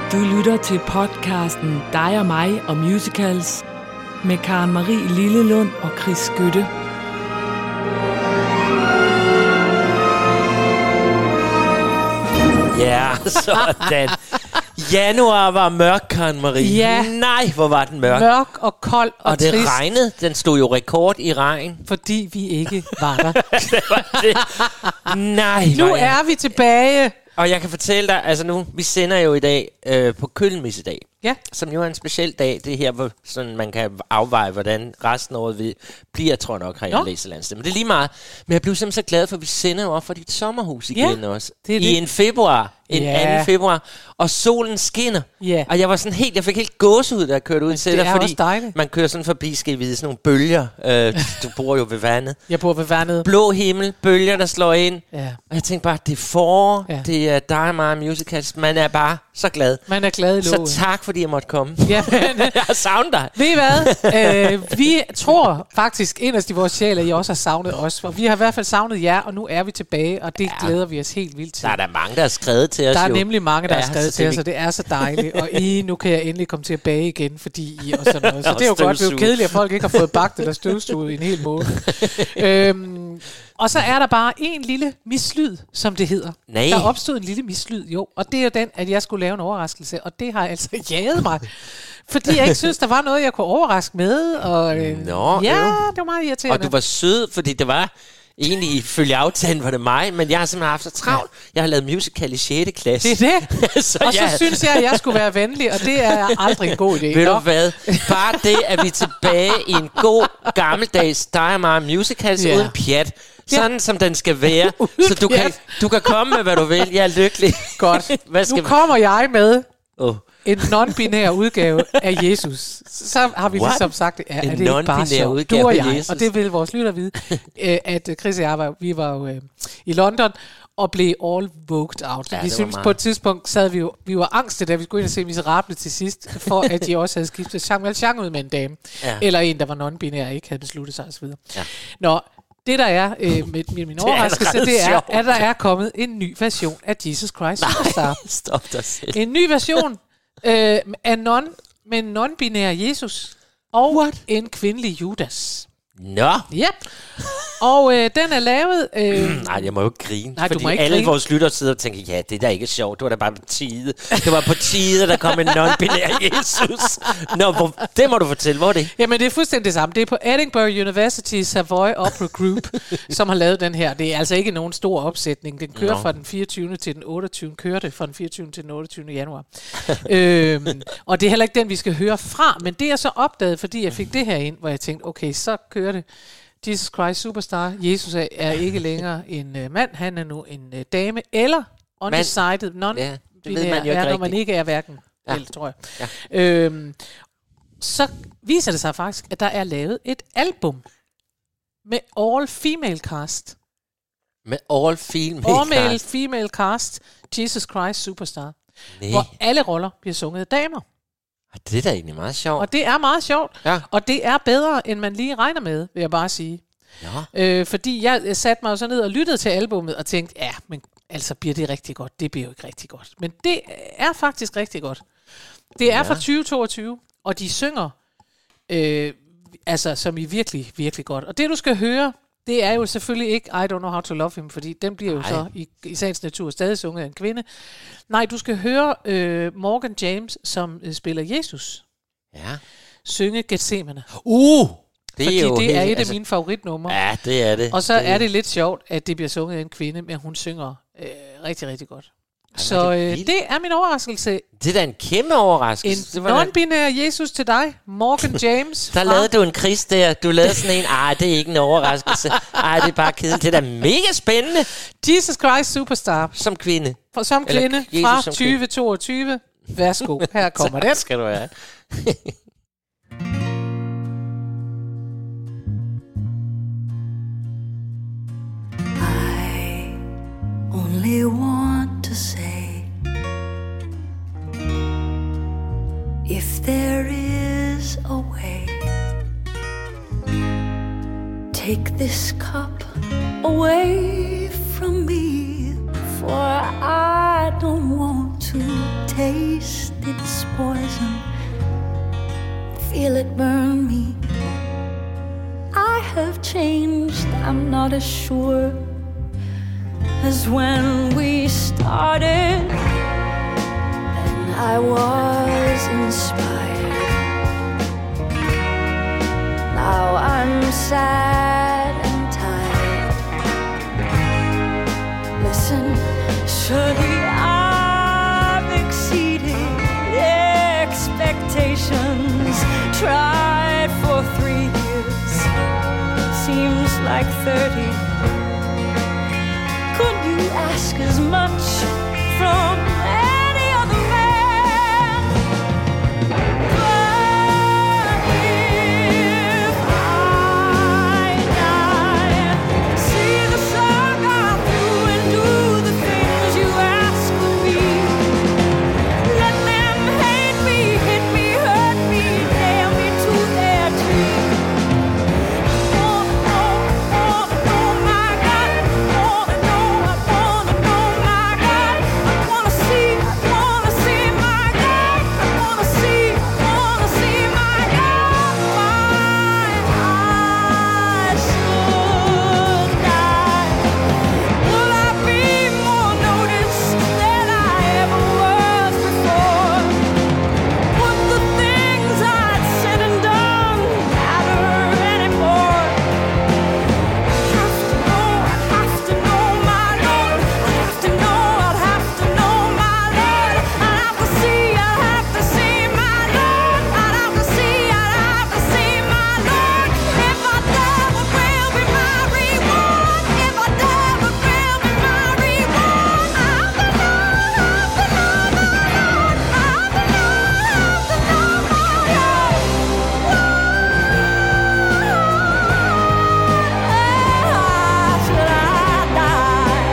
Du lytter til podcasten Dig og mig og musicals med Karen Marie Lillelund og Chris Skytte. Ja, sådan. Januar var mørk, Karen Marie. Ja. Nej, hvor var den mørk. Mørk og kold og det trist. regnede. Den stod jo rekord i regn. Fordi vi ikke var der. Det var det. Nej. Nu er vi tilbage. Og jeg kan fortælle dig, altså nu, vi sender jo i dag på Kølnmissedag. Ja. Som jo er en speciel dag. Det er her, hvor sådan man kan afveje, hvordan resten af året bliver, tror jeg nok, har jeg læst et eller andet sted. Men det er lige meget. Men jeg blev simpelthen så glad for, at vi sender jo op for dit sommerhus igen også. Det er I en februar. En 2. februar. Og solen skinner. Ja. Og jeg var sådan jeg fik helt gåsehud, da jeg kørte ud til dig. Fordi man kører sådan forbi, skal I vide, sådan nogle bølger. Du bor jo ved vandet. Jeg bor ved vandet. Blå himmel, bølger, der slår ind. Ja. Og jeg tænkte bare, det er forår. Ja. Det er dig og mig musicals. Man er bare så glad. Man er glad i loven. Så tak, fordi jeg måtte komme. Ja, jeg har savnet dig. Ved I hvad? Vi tror faktisk inderst i vores sjæl, at I også har savnet os. For vi har i hvert fald savnet jer, og nu er vi tilbage, og det glæder vi os helt vildt til. Der er der mange, der har skrevet til os. Der er nemlig mange, der har skrevet til os, og det er så dejligt. Og nu kan jeg endelig komme til at bage igen, fordi I og sådan noget. Så det er jo godt. Det er jo kedeligt, at folk ikke har fået bagt eller støvsuget i en hel måned. Og så er der bare en lille mislyd, som det hedder. Nej. Der opstod en lille mislyd, jo. Og det er jo den, at jeg skulle lave en overraskelse. Og det har altså jaget mig. Fordi jeg ikke synes, der var noget, jeg kunne overraske med. Og, det var meget irriterende. Og du var sød, fordi det var... Egentlig ifølge aftalen var det mig, men jeg har simpelthen haft så travlt. Jeg har lavet musical i 6. klasse. Det er det. Så synes jeg, at jeg skulle være venlig, og det er aldrig en god idé. Ved du hvad? Bare det, at vi er tilbage i en god, gammeldags dig og mig musicals uden pjat. Sådan som den skal være. Så du kan komme med, hvad du vil. Jeg er lykkelig. Godt. Nu kommer jeg med en non-binær udgave af Jesus. Så har vi ligesom sagt, er det ikke bare sjovt? Du og jeg, og det vil vores lytter vide, at Chris og jeg vi var jo i London og blev all voked out. Ja, vi synes på et tidspunkt, vi var angste, da vi skulle ind og se Miserable til sidst, for at de også havde skiftet Jean Valjean ud med en dame. Ja. Eller en, der var non-binær og ikke havde besluttet sig osv. Ja. Nå, det der er med min overraskelse, det er, at der er kommet en ny version af Jesus Christ Superstar. Stop dig selv. En ny version med en non-binær Jesus og en kvindelig Judas. Nå. Ja. Og den er lavet... Nej, jeg må jo ikke grine. Nej, fordi alle vores lyttere sidder og tænker, ja, det der er ikke sjovt. Det var da bare på tide. Det var på tide, der kom en non-binær Jesus. Nå, det må du fortælle. Hvor er det? Jamen, det er fuldstændig det samme. Det er på Edinburgh University Savoy Opera Group, som har lavet den her. Det er altså ikke nogen stor opsætning. Den kører fra den 24. til den 28. Kørte fra den 24. til den 28. januar. Og det er heller ikke den, vi skal høre fra. Men det er så opdaget, fordi jeg fik det her ind, hvor jeg tænkte, okay, så kører det. Jesus Christ Superstar. Jesus er ikke længere en mand, han er nu en dame, eller undecided, non-binær, når man ikke er hverken, tror jeg. Ja. Så viser det sig faktisk, at der er lavet et album med all female cast. Med all female cast, Jesus Christ Superstar. Hvor alle roller bliver sunget af damer. Det er da egentlig meget sjovt. Og det er meget sjovt. Ja. Og det er bedre, end man lige regner med, vil jeg bare sige. Ja. Fordi jeg satte mig jo så ned og lyttede til albummet og tænkte, ja, men altså bliver det rigtig godt? Det bliver jo ikke rigtig godt. Men det er faktisk rigtig godt. Det er fra 2022, og de synger altså som i virkelig, virkelig godt. Og det du skal høre, det er jo selvfølgelig ikke I Don't Know How to Love Him, fordi den bliver jo så i sagens natur stadig sunget af en kvinde. Nej, du skal høre Morgan James, som spiller Jesus, synge Gethsemane. Fordi det er et af mine favoritnumre. Ja, det er det. Og så er det lidt sjovt, at det bliver sunget af en kvinde, men hun synger rigtig, rigtig godt. Så det er min overraskelse. Det er da en kæmpe overraskelse. En non-binær Jesus til dig, Morgan James. Der lavede du en Chris der. Du lavede sådan en, det er ikke en overraskelse. Det er bare kedeligt. Det er da mega spændende. Jesus Christ Superstar. Som kvinde. Som kvinde fra 2022. Værsgo, her kommer den. Skal du have. Only want to say, if there is a way, take this cup away from me, for I don't want to taste poison. Feel it burn me. I have changed, I'm not as sure as when we started. Then I was inspired. Now I'm sad and tired. Listen, surely I've exceeded expectations. Tried for 3 years, seems like 30. Could you ask as much from any other man? But if I die, see the sun come through and do the things you ask of me. Let them hate me, hit me, hurt me, nail me to their tree. Oh, my God. Oh, I wanna know, my God. I wanna see my God. I wanna see my God. Why I should die? Will I be more noticed than I ever was before? Would the things I'd said and done matter anymore? I'd have to know, my Lord. I'd have to know, my Lord. I'd have to see my Lord. I'd have to see my Lord. If I die, what will be my reward? If I die, what will be my reward? I have to know, my Lord. I have to know, my Lord. Why should I die?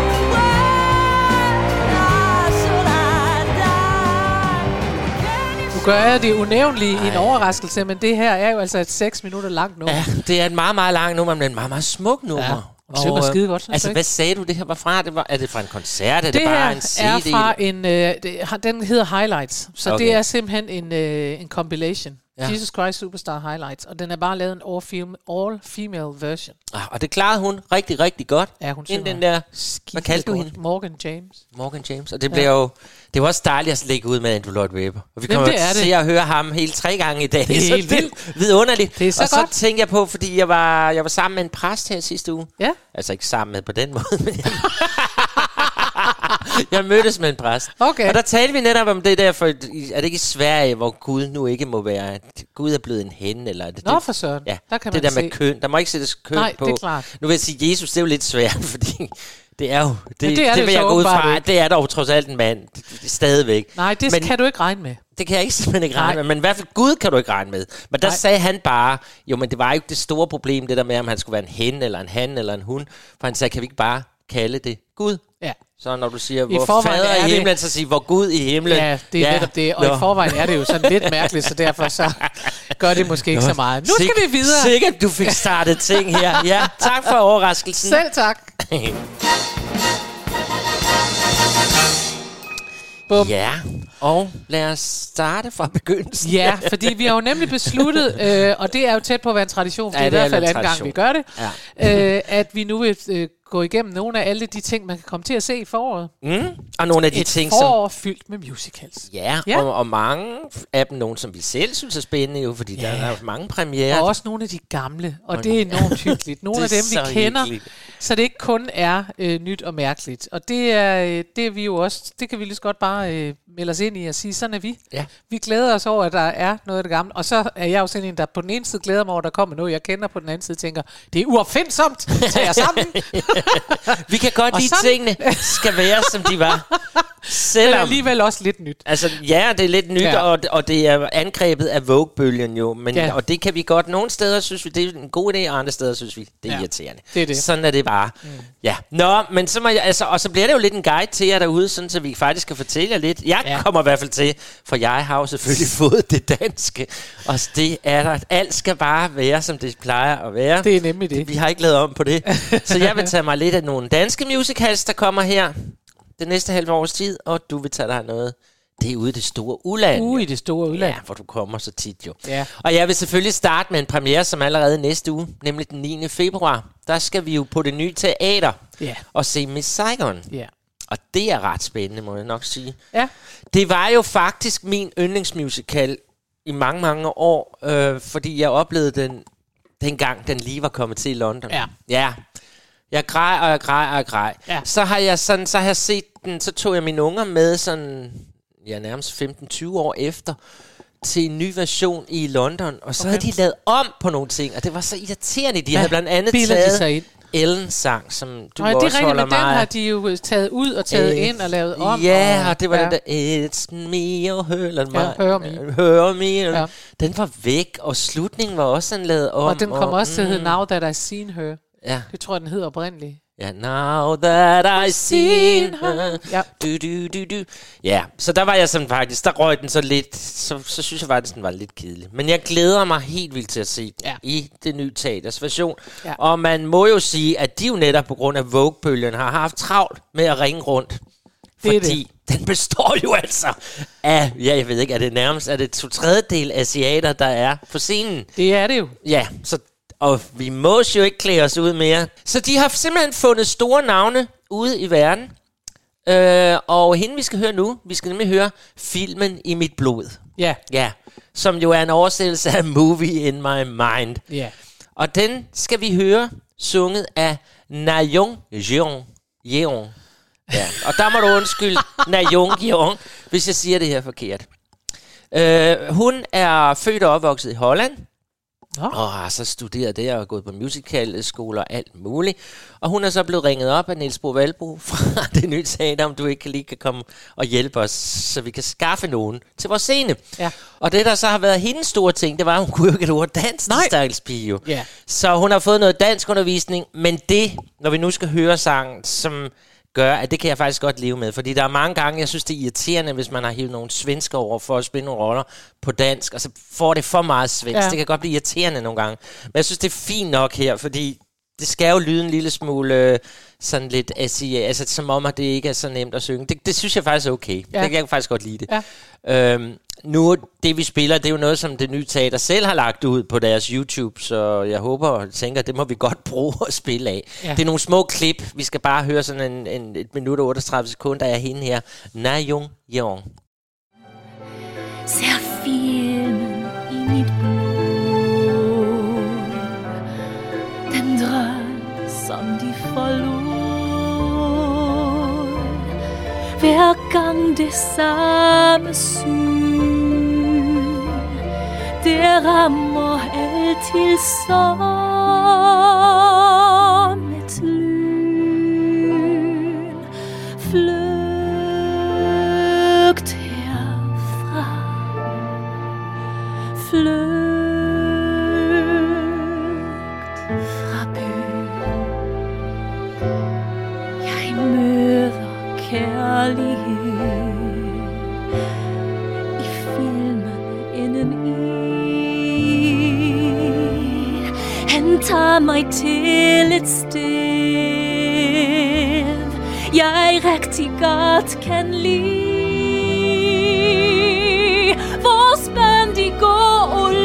Why should I die? Nu gør jeg det unævnlige i en overraskelse, men det her er jo altså et 6 minutter langt nummer. Ja, det er et meget, meget langt nummer, men et meget, meget smuk nummer. Ja. Og det synger skide godt, synes altså, du ikke? hvad sagde du, det her var fra? Er det fra en koncert? Er Det det bare her en CD? er fra den hedder Highlights, så Okay. det er simpelthen en compilation. Ja. Jesus Christ Superstar Highlights, og den er bare lavet en all-female version. Og det klarede hun rigtig, rigtig godt. Ja, hun Inden synger den der, skide hvad kaldte du godt. hende? Morgan James. Morgan James. Og det bliver jo, det var også dejligt at lægge ud med Andrew Lloyd Webber. Og vi kommer det er til det. at høre ham hele 3 gange i dag. Det er så helt vildt. vidunderligt. Det er så og godt. så tænkte jeg på, fordi jeg var sammen med en præst her sidste uge. Ja. Altså ikke sammen med på den måde, men jeg mødtes med en præst. Okay. Og der talte vi netop om det der, for er det ikke i Sverige, hvor Gud nu ikke må være... Gud er blevet en hen, eller... Nå, for søren. Ja, Der kan det man der med se. køn. Der må ikke sættes køn Nej, på. det er klart. Nu vil jeg sige, Jesus, det er jo lidt svært, fordi... Det er jo... det er det det vil så jeg gå ud åbenbart fra. ikke. Det er dog trods alt en mand. Stadigvæk. Nej, det kan du ikke regne med. Det kan jeg ikke simpelthen ikke regne Nej. med. Men i hvert fald Gud kan du ikke regne med. Men der Nej. sagde han bare... Jo, men det var ikke det store problem, det der med, om han skulle være en hen, eller en han, eller en hun. For han sagde, kan vi ikke bare kalde det Gud? Ja. Så når du siger, I hvor forvejen fader er i det- himlen, så siger, hvor Gud i himlen. Ja, det er netop det. Og i forvejen er det jo sådan lidt mærkeligt, så derfor så gør det måske ikke så meget. Nu skal vi videre. Sikkert, du fik startet ting her. Ja, tak for overraskelsen. Selv tak. Bum. Ja, og lad os starte fra begyndelsen. Ja, fordi vi har jo nemlig besluttet, og det er jo tæt på at være en tradition, for Ja, det er i det er hvert fald en anden gang, vi gør det, at vi nu vil gå igennem nogle af alle de ting, man kan komme til at se i foråret. Og nogle af de Et ting, forår fyldt med musicals. Ja, Ja. og mange af dem, nogle som vi selv synes er spændende jo, fordi der er mange premiere. Og også nogle af de gamle, og det er enormt hyggeligt. Nogle af Det er dem, vi så kender, hyggeligt. så det ikke kun er nyt og mærkeligt. Og det er vi jo også, det kan vi lige så godt bare melde os ind i og sige, sådan er vi. Ja. Vi glæder os over, at der er noget af det gamle. Og så er jeg jo sådan en, der på den ene side glæder mig over, at der kommer noget, jeg kender, på den anden side tænker, det er uopfindsomt, tag jer sammen. Vi kan godt Og lide, sådan- tingene skal være, som de var. Men Selvom, alligevel også lidt nyt. altså, ja, det er lidt nyt, Ja. og det er angrebet af Vogue-bølgen jo, men, Ja. og det kan vi godt. Nogle steder synes vi, det er en god idé, og andre steder synes vi, det er Ja, irriterende. det er det. Sådan er det bare. Ja. Nå, men så må jeg, altså, og så bliver det jo lidt en guide til jer derude, sådan, så vi faktisk kan fortælle jer lidt. Jeg kommer i hvert fald til, for jeg har jo selvfølgelig fået det danske, og det er der. Alt skal bare være, som det plejer at være. Det er nemlig det. Vi har ikke lavet om på det. Så jeg vil tage mig lidt af nogle danske musicals, der kommer her det næste halve års tid, og du vil tage dig noget Det er ude i det store udland. Ude i det store udland. Ja, hvor du kommer så tit jo. Ja. Og jeg vil selvfølgelig starte med en premiere, som allerede næste uge, nemlig den 9. februar. Der skal vi jo på det nye teater og se Miss Saigon. Ja. Og det er ret spændende, må jeg nok sige. Ja. Det var jo faktisk min yndlingsmusical i mange, mange år, fordi jeg oplevede den, dengang den lige var kommet til i London. Ja. Jeg græd, og jeg græd. Ja. Så har jeg set den, så tog jeg mine unger med sådan, nærmest 15-20 år efter, til en ny version i London, og så havde de lavet om på nogle ting, og det var så irriterende. De havde blandt andet taget Ellens sang, som du også det holder mig. Den har de jo taget ud og taget ind og lavet om. Ja, og det var den der, It's me, og hør me. Ja. Den var væk, og slutningen var også sådan lavet om. Og den kom også til at hedde Now That I Seen Her. Ja. Det tror jeg, den hedder oprindeligt. Ja, Now That I Seen Her. Ja. Du. Ja, så der var jeg sådan faktisk, der røg den så lidt, så synes jeg faktisk, den var lidt kedelig. Men jeg glæder mig helt vildt til at se den i det nye teaters version. Ja. Og man må jo sige, at de jo netop på grund af Vogue-bølgen har haft travlt med at ringe rundt. Fordi den består jo altså af, jeg ved ikke, er det 2/3 asiater, der er på scenen? Det er det jo. Ja, og vi må jo ikke klæde os ud mere. Så de har simpelthen fundet store navne ude i verden. Og hende vi skal høre nu, vi skal nemlig høre filmen I mit blod. Ja. Ja, som jo er en oversættelse af Movie in My Mind. Ja. Og den skal vi høre sunget af Na Young Jeong. Ja, og der må du undskylde Na Young Jeong, hvis jeg siger det her forkert. Hun er født og opvokset i Holland. Og har så studeret der og gået på musicalskoler og alt muligt. Og hun er så blevet ringet op af Niels Bo Valbro fra det nye teater, om du ikke lige kan komme og hjælpe os, så vi kan skaffe nogen til vores scene. Ja. Og det, der så har været hendes store ting, det var, at hun kunne jo ikke et ord dansk, stakkels pige. Ja. Så hun har fået noget dansk undervisning, men det, når vi nu skal høre sangen, som gør, at det kan jeg faktisk godt leve med. Fordi der er mange gange, jeg synes, det er irriterende, hvis man har hivet nogle svensker over for at spille nogle roller på dansk, og så får det for meget svensk. Ja. Det kan godt blive irriterende nogle gange. Men jeg synes, det er fint nok her, fordi det skal jo lyde en lille smule sådan lidt altså som om, at det ikke er så nemt at synge. Det synes jeg faktisk er okay. Ja. Jeg kan faktisk godt lide det. Ja. Nu, det vi spiller, det er jo noget, som det nye teater selv har lagt ud på deres YouTube, så jeg håber og tænker, det må vi godt bruge at spille af. Ja. Det er nogle små klip. Vi skal bare høre sådan en 1 minut og 38 sekunder af hende her. Na Young Jeong. Ser filmen i mit blod, den drøm, som de forlod. Hver gang det samme syn, det rammer altid som et lyn. Flygt herfra, flygt fra byen. Jeg møder kærlighed i filmen indeni. Han tager mig til et sted, jeg rigtig godt kan lide. Vores børn de går og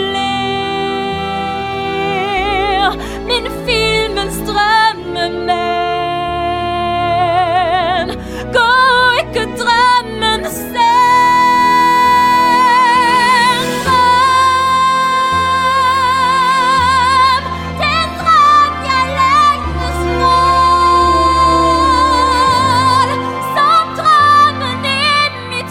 lærer, men filmens drømmemand. Gå ikke drømmen selv. Den drøm jeg længes mål, som drømmen i mit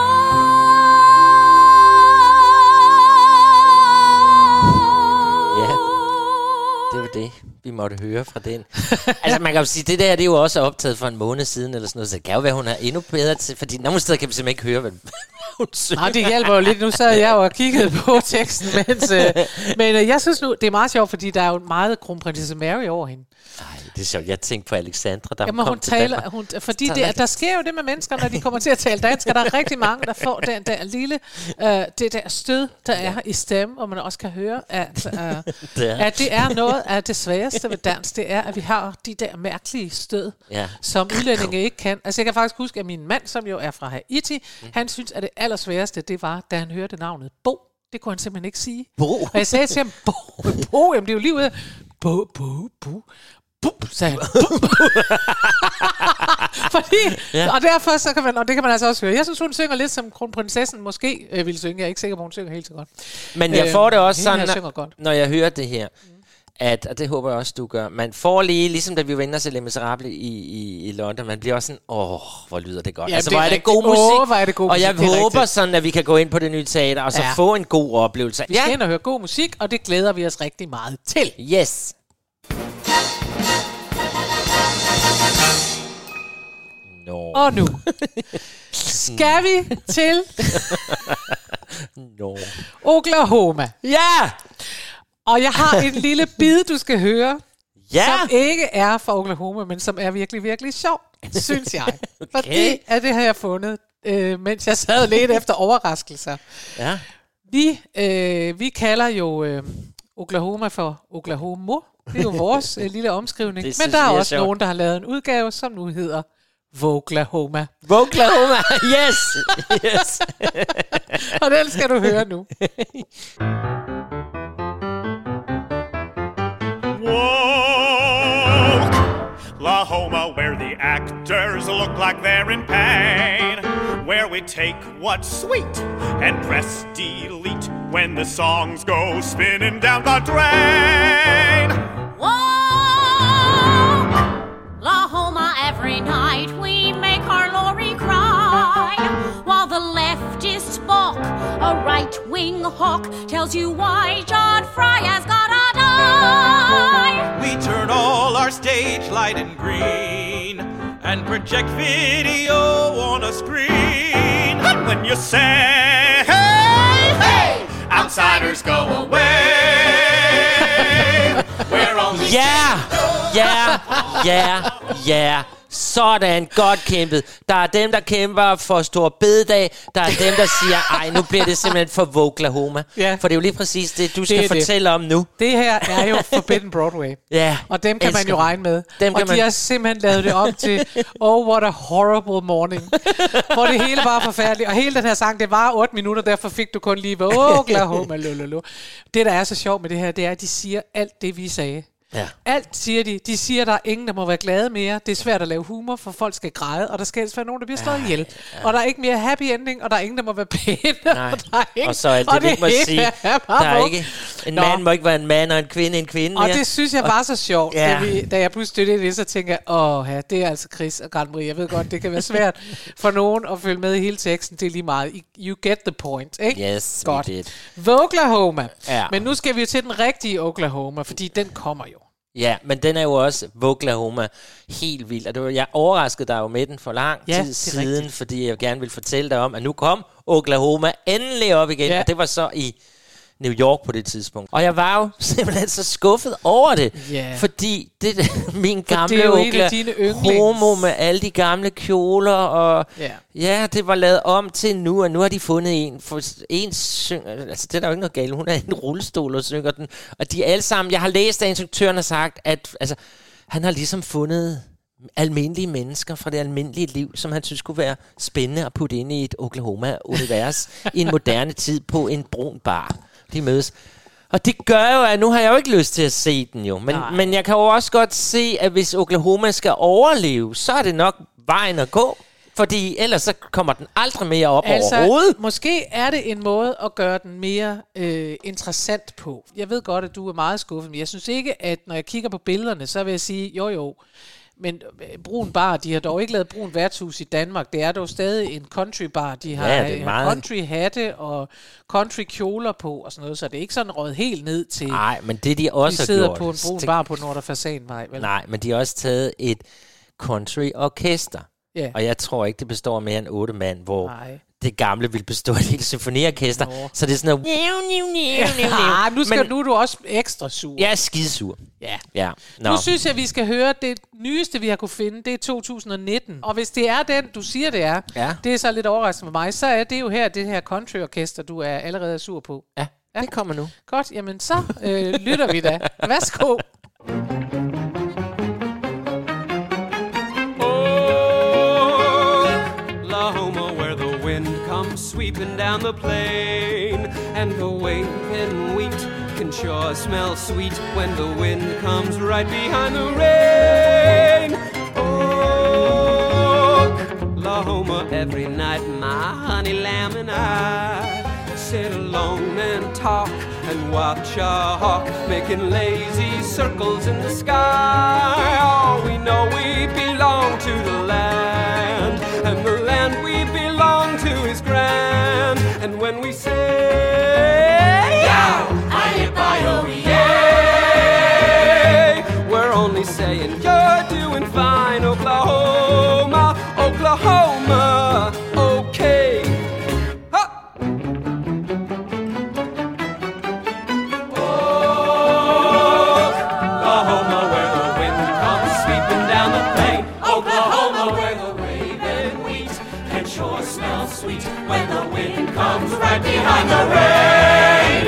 blod. Ja, det var det, vi måtte høre fra den. Altså man kan jo sige, det der, det er jo også optaget for en måned siden eller sådan noget, så det kan jo være, hun er endnu bedre til, fordi nogle steder kan vi simpelthen ikke høre, hun synger. Nej, det hjælper jo lidt. Nu sad jeg og kiggede på teksten, men jeg synes nu, det er meget sjovt, fordi der er jo meget kronprinsesse Mary over hende. Nej, det er sjovt. Jeg tænkte på Alexandra, der Jamen, kom til Danmark. fordi der sker jo det med mennesker, når de kommer til at tale dansk, og der er rigtig mange, der får den der lille, det der stød, der er i stemme, og man også kan høre, at det er noget af det sværeste ved dans, det er, at vi har de der mærkelige stød, som udlændinge ikke kan. Altså, jeg kan faktisk huske, at min mand, som jo er fra Haiti, han synes, at det allersværeste, det var, da han hørte navnet Bo. Det kunne han simpelthen ikke sige. Bo? Og jeg sagde til ham, Bo, jamen det er jo lige ude af, Bo, sagde han. Fordi, og derfor så kan man, og det kan man altså også høre. Jeg synes, hun synger lidt som kronprinsessen måske ville synge. Jeg er ikke sikker på, hun synger helt så godt. Men jeg får det også sådan, når jeg hører det her, at, og det håber jeg også, du gør, man får lige, ligesom da vi var inde og se Les Misérables i London, man bliver også sådan, hvor lyder det godt. Ja, altså, hvor er det god musik. Hvor er det god og musik, jeg håber sådan, at vi kan gå ind på det nye teater, og så få en god oplevelse. Vi skal ind og høre god musik, og det glæder vi os rigtig meget til. Yes. No. Og nu skal vi til Oklahoma. Ja! Og jeg har en lille bid, du skal høre, som ikke er fra Oklahoma, men som er virkelig, virkelig sjov, synes jeg. Okay. Fordi at det har jeg fundet, mens jeg sad lidt efter overraskelser. Ja. Vi kalder jo Oklahoma for Oklahoma. Det er jo vores lille omskrivning. Men der er også nogen, der har lavet en udgave, som nu hedder Voklahoma. Voklahoma, yes! Yes. Og den skal du høre nu. Oklahoma, where the actors look like they're in pain, where we take what's sweet and press delete when the songs go spinning down the drain. Oklahoma, every night we make our Lori cry, while the leftists balk. A right-wing hawk tells you why John Fry has gotta die. We turn all our stage light in green and project video on a screen. When you say, hey, hey, outsiders go away. We're only Ja. Sådan, godt kæmpet. Der er dem, der kæmper for stor bededag. Der er dem, der siger, ej, nu bliver det simpelthen for Oklahoma. Ja. For det er jo lige præcis det, du skal fortælle om nu. Det her er jo Forbidden Broadway. Ja. Og dem kan man jo regne med. Og de har simpelthen lavet det om til Oh, what a horrible morning. Hvor det hele var forfærdeligt. Og hele den her sang, det var 8 minutter, derfor fik du kun lige Oklahoma. Det, der er så sjovt med det her, det er, at de siger alt det, vi sagde. Ja. Alt siger de. De siger, der er ingen, der må være glade mere. Det er svært at lave humor, for folk skal græde, og der skal helst være nogen, der bliver slået ihjel. Ja. Og der er ikke mere happy ending, og der er ingen, der må være pæne. Og så alt det, vi ikke må sige. Der er ikke, en mand må ikke være en mand, og en kvinde en kvinde. Og det synes jeg var så sjovt. Da jeg pludselig støttede det, så tænkte jeg, det er altså Chris og Karen Marie. Jeg ved godt, det kan være svært for nogen at følge med i hele teksten. Det er lige meget. You get the point, ikke? Yes, godt. we did. Oklahoma. Ja. Men nu skal vi jo til den rigtige Oklahoma, fordi den kommer jo. Ja, men den er jo også Oklahoma helt vild. Og jeg overraskede dig jo med den for lang tid siden, rigtigt. Fordi jeg gerne vil fortælle dig om, at nu kom Oklahoma endelig op igen. Ja. Og det var så i New York på det tidspunkt. Og jeg var jo simpelthen så skuffet over det. Yeah. Fordi det min gamle Oklahoma med alle de gamle kjoler. Og det var lavet om til nu. Og nu har de fundet en synger. Altså det er der jo ikke noget galt. Hun er i en rullestol og synger den. Og de alle sammen. Jeg har læst, at instruktøren har sagt, at altså, han har ligesom fundet almindelige mennesker fra det almindelige liv, som han synes kunne være spændende at putte ind i et Oklahoma-univers i en moderne tid på en brun bar. De mødes. Og det gør jo, at nu har jeg jo ikke lyst til at se den jo. Men jeg kan jo også godt se, at hvis Oklahoma skal overleve, så er det nok vejen at gå. Fordi ellers så kommer den aldrig mere op overhovedet. Måske er det en måde at gøre den mere interessant på. Jeg ved godt, at du er meget skuffet, men jeg synes ikke, at når jeg kigger på billederne, så vil jeg sige, jo. Men brun bar, de har dog ikke lavet brun værtshus i Danmark. Det er dog stadig en country bar. De har country hatte og country kjoler på og sådan noget, så det er ikke sådan røget helt ned til. Nej, men det de også har sidder gjort, på en brun bar på Nordre Fasanvej. Vel? Nej, men de har også taget et country orkester. Yeah. Og jeg tror ikke, det består af mere end 8 mand, hvor det gamle ville bestå af et helt symfoniorkester. Så det er sådan noget... Nu er du også ekstra sur. Jeg er skidesur. Ja. Nu synes jeg, vi skal høre det nyeste, vi har kunne finde. Det er 2019. Og hvis det er den, du siger, det er, det er så lidt overraskende for mig, så er det jo her, det her countryorkester, du er allerede sur på. Ja, det kommer nu. Godt, jamen så lytter vi da. Værsgo. Oklahoma, where the wind comes sweeping down the plain, and the waving wheat can sure smell sweet when the wind comes right behind the rain. Oklahoma, every night my honey lamb and I sit alone and talk and watch a hawk making lazy circles in the sky. Oh, we know we belong to the land, and the land we belong to is grand. And when we say, yow, I-hip-I-O-yay, we're only saying you're doing fine, Oklahoma, Oklahoma, okay. Oklahoma, where the wind comes sweeping down the plain. Oklahoma, where the waving wheat can sure smell sweet when the wind comes right behind the rain.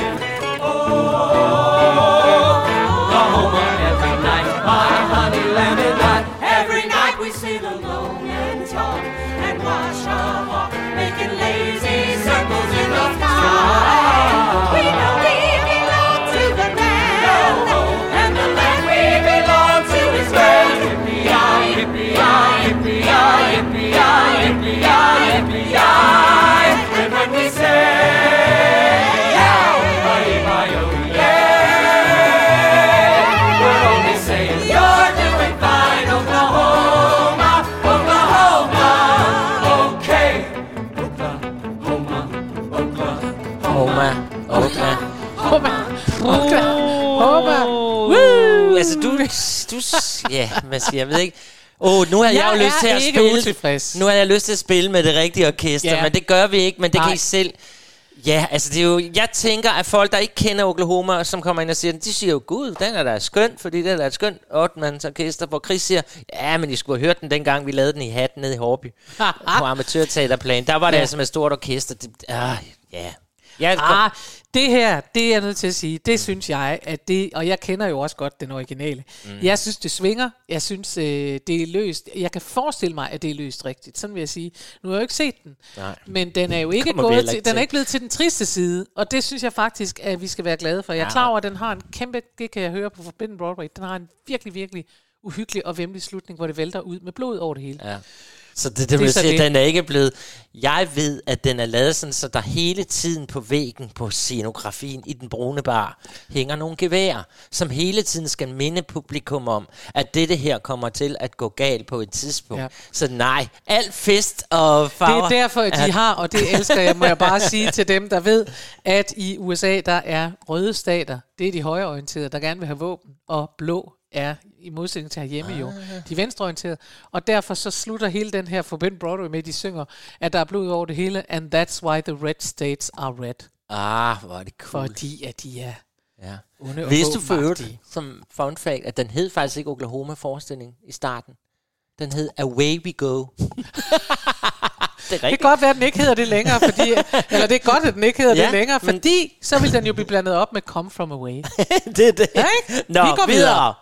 Oklahoma, every night my honey lamb and I, every night we sit alone and talk and watch a hawk making lazy circles in the sky. We know we belong to the land, and the land we belong to is grand. Yippee-yi, yippee-yi, yippee-yi, yippee-yi, yippee-yi, yippee-yi. And when we say, yow, hi-yi-hi-oh-yay, we're only saying you're doing fine, Oklahoma, Oklahoma, okay. Oklahoma, Oklahoma, Oklahoma. Woo! Altså, ja, hvad siger jeg, ved ikke. Nu har jeg jo lyst til at spille. Nu har jeg lyst til at spille med det rigtige orkester, men det gør vi ikke, men det kan I selv. Ja, altså det er jo, jeg tænker, at folk, der ikke kender Oklahoma, som kommer ind og siger, de siger jo, gud, den er da skøn, fordi det er da et skønt 8-mands orkester, hvor Chris siger, ja, men I skulle have hørt den dengang, vi lavede den i Hatten nede i Hårby, på amatørteaterplan. Der var det altså med stort orkester. Det her, det er jeg nødt til at sige, det synes jeg, at det, og jeg kender jo også godt den originale. Jeg synes, det svinger. Jeg synes, det er løst. Jeg kan forestille mig, at det er løst rigtigt. Sådan vil jeg sige. Nu har jeg jo ikke set den, men den er jo ikke gået til, den er ikke blevet til den triste side, og det synes jeg faktisk, at vi skal være glade for. Jeg er klar over, at den har en kæmpe, det kan jeg høre på Forbidden Broadway, den har en virkelig, virkelig uhyggelig og væmmelig slutning, hvor det vælter ud med blod over det hele. Ja. Så det vil sige, at den er ikke blevet... Jeg ved, at den er lavet sådan, så der hele tiden på væggen på scenografien i den brune bar hænger nogle geværer, som hele tiden skal minde publikum om, at dette her kommer til at gå galt på et tidspunkt. Ja. Så nej, alt fest og farver... Det er derfor, at de har, og det elsker jeg, må jeg bare sige til dem, der ved, at i USA, der er røde stater, det er de højreorienterede, der gerne vil have våben, og blå er i modsætning til herhjemme jo, de venstreorienterede, og derfor så slutter hele den her Forbidden Broadway med, de synger, at der er blod over det hele, and that's why the red states are red. Hvor er det cool. Fordi at de er onde og vidste du for øvrigt, som fun fact, at den hed faktisk ikke Oklahoma-forestilling i starten. Den hed Away We Go. Det kan godt være, at den ikke hedder det længere, fordi, eller det er godt, at den ikke hedder det længere, fordi så vil den jo blive blandet op med Come From Away. Det er det. Ja, nå, vi går videre.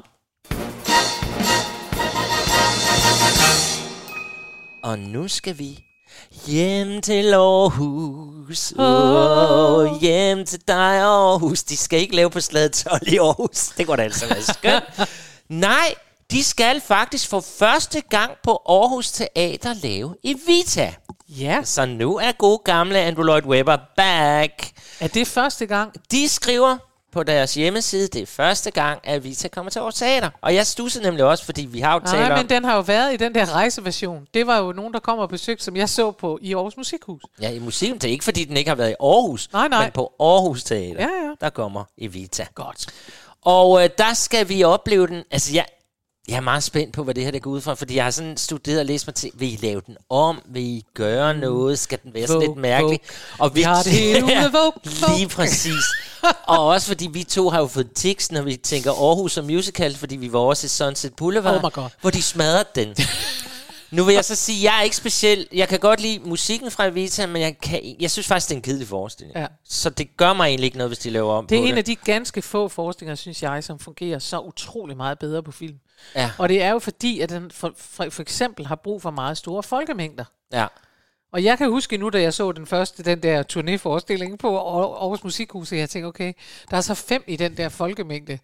Og nu skal vi hjem til Aarhus. Hjem til dig, Aarhus. De skal ikke lave på Slaget 12 i Aarhus. Det går da altså være skønt. Nej, de skal faktisk for første gang på Aarhus Teater lave Evita. Ja. Så nu er gode gamle Andrew Lloyd Webber back. Er det første gang? De skriver på deres hjemmeside, det er første gang, at Evita kommer til Aarhus Teater. Og jeg stussede nemlig også, fordi vi har jo talt om... Nej, men den har jo været i den der rejseversion. Det var jo nogen, der kommer og besøgte, som jeg så på i Aarhus Musikhus. Ja, i Museum. Det er ikke, fordi den ikke har været i Aarhus, nej. Men på Aarhus Teater, ja. der kommer Evita. Godt. Og der skal vi opleve den... Altså, Jeg er meget spændt på, hvad det her det går ud fra, fordi jeg har sådan studeret og læst mig til, vil I lave den om? Vil I gøre noget? Skal den være sådan lidt mærkelig? Og vi har det hele ude, lige præcis. Og også fordi vi to har jo fået tics, når vi tænker Aarhus og musical, fordi vi var også i Sunset Boulevard, hvor de smadrede den. Nu vil jeg så sige, jeg er ikke speciel. Jeg kan godt lide musikken fra Evita, men jeg synes faktisk, det er en kedelig forestilling. Ja. Så det gør mig egentlig ikke noget, hvis de laver om på det. Det er en af de ganske få forestillinger, synes jeg, som fungerer så utrolig meget bedre på film. Ja. Og det er jo fordi, at den for eksempel har brug for meget store folkemængder. Ja. Og jeg kan huske nu, da jeg så den der turnéforestilling på Aarhus Musikhus, jeg tænkte, okay, der er så 5 i den der folkemængde.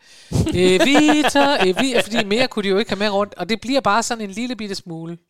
Evita, fordi mere kunne de jo ikke have med rundt. Og det bliver bare sådan en lille bitte smule,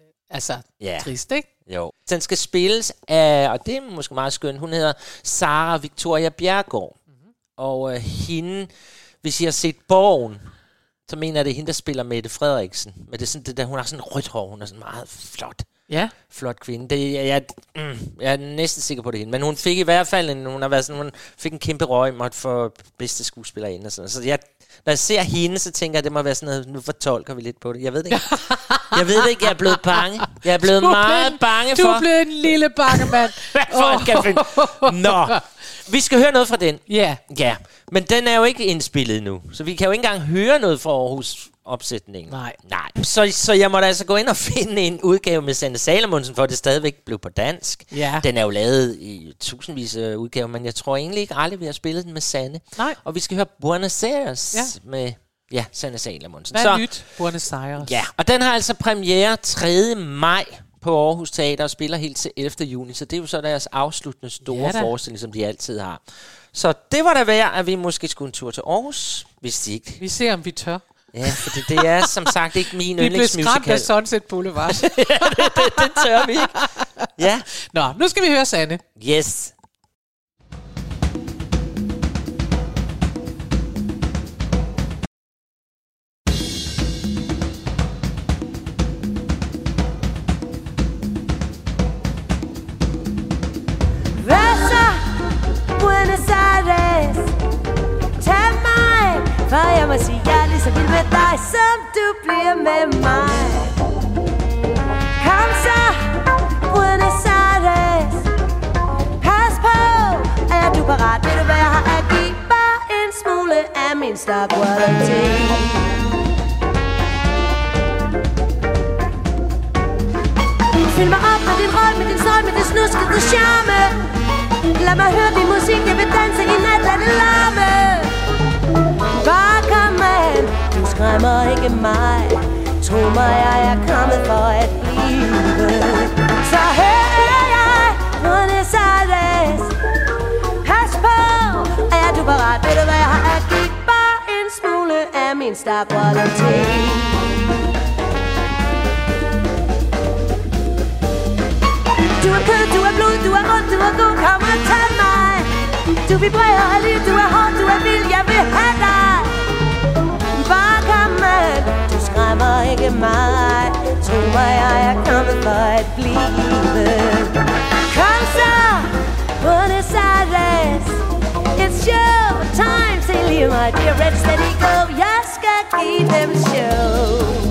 trist, ikke? Jo. Den skal spilles af, og det er måske meget skønt, hun hedder Sara Victoria Bjerregaard. Og hende, hvis I har set Borgen, så mener jeg, det er hende, der spiller Mette Frederiksen. Men det er sådan det der, hun har sådan rødt hår, hun er sådan meget flot. Ja. Flot kvinde. Jeg er næsten sikker på det hende. Men hun fik i hvert fald hun fik en kæmpe røgmåt for bedste skuespillerinde og sådan. Så når jeg ser hende, så tænker jeg, at det må være sådan noget, nu fortolker vi lidt på det. Jeg ved det ikke. Jeg er blevet bange. Jeg er blevet meget bange for. Du er blevet en lille bangemand. Nå, vi skal høre noget fra den. Ja. Ja, men den er jo ikke indspillet nu. Så vi kan jo ikke engang høre noget fra Aarhus opsætningen. Nej. Så jeg må da altså gå ind og finde en udgave med Sanne Salomonsen, for det stadigvæk blev på dansk. Ja. Den er jo lavet i tusindvis af udgaver, men jeg tror egentlig ikke aldrig, vi har spillet den med Sanne. Nej. Og vi skal høre Buenos Aires med Sanne Salomonsen. Hvad er nyt? Buenos Aires. Ja, og den har altså premiere 3. maj på Aarhus Teater og spiller helt til 11. juni. Så det er jo så deres afsluttende store forestilling, som de altid har. Så det var da værd, at vi måske skulle en tur til Aarhus, hvis de ikke. Vi ser, om vi tør. Ja, for det er som sagt ikke min yndlingsmusical. Vi blev skræmt af Sunset Boulevard. det tør vi ikke. Ja. Nå, nu skal vi høre Sanne. Yes. Buenos Aires, tag mig, for jeg må sige, jeg er lige så vild med dig, som du bliver med mig. Kom så, Buenos Aires, pas på, er du parat, ved du hvad jeg har at give, bare en smule af min star quality. Fyld mig op med din røg, med din støj, med din snuskede charme. Lad mig høre din musik, jeg vil danse i nat, lad det larme. Bare kom an, du skræmmer ikke mig. Tro mig, jeg er kommet for at blive. Så her er jeg, Buenos Aires. Pas på, er du parat, ved du hvad jeg har at give, bare en smule af min star quality. Du er kød, du er blod, du er ond, du er god, kom og tag mig. Du vibrerer af liv, du er hård, du er vild, jeg vil have dig. Bare kom med, du skræmmer ikke mig. Tro mig, jeg er kommet for at blive. Kom så, Buenos Aires. It's show time, say you my dear, red steady go. Jeg skal give dem show.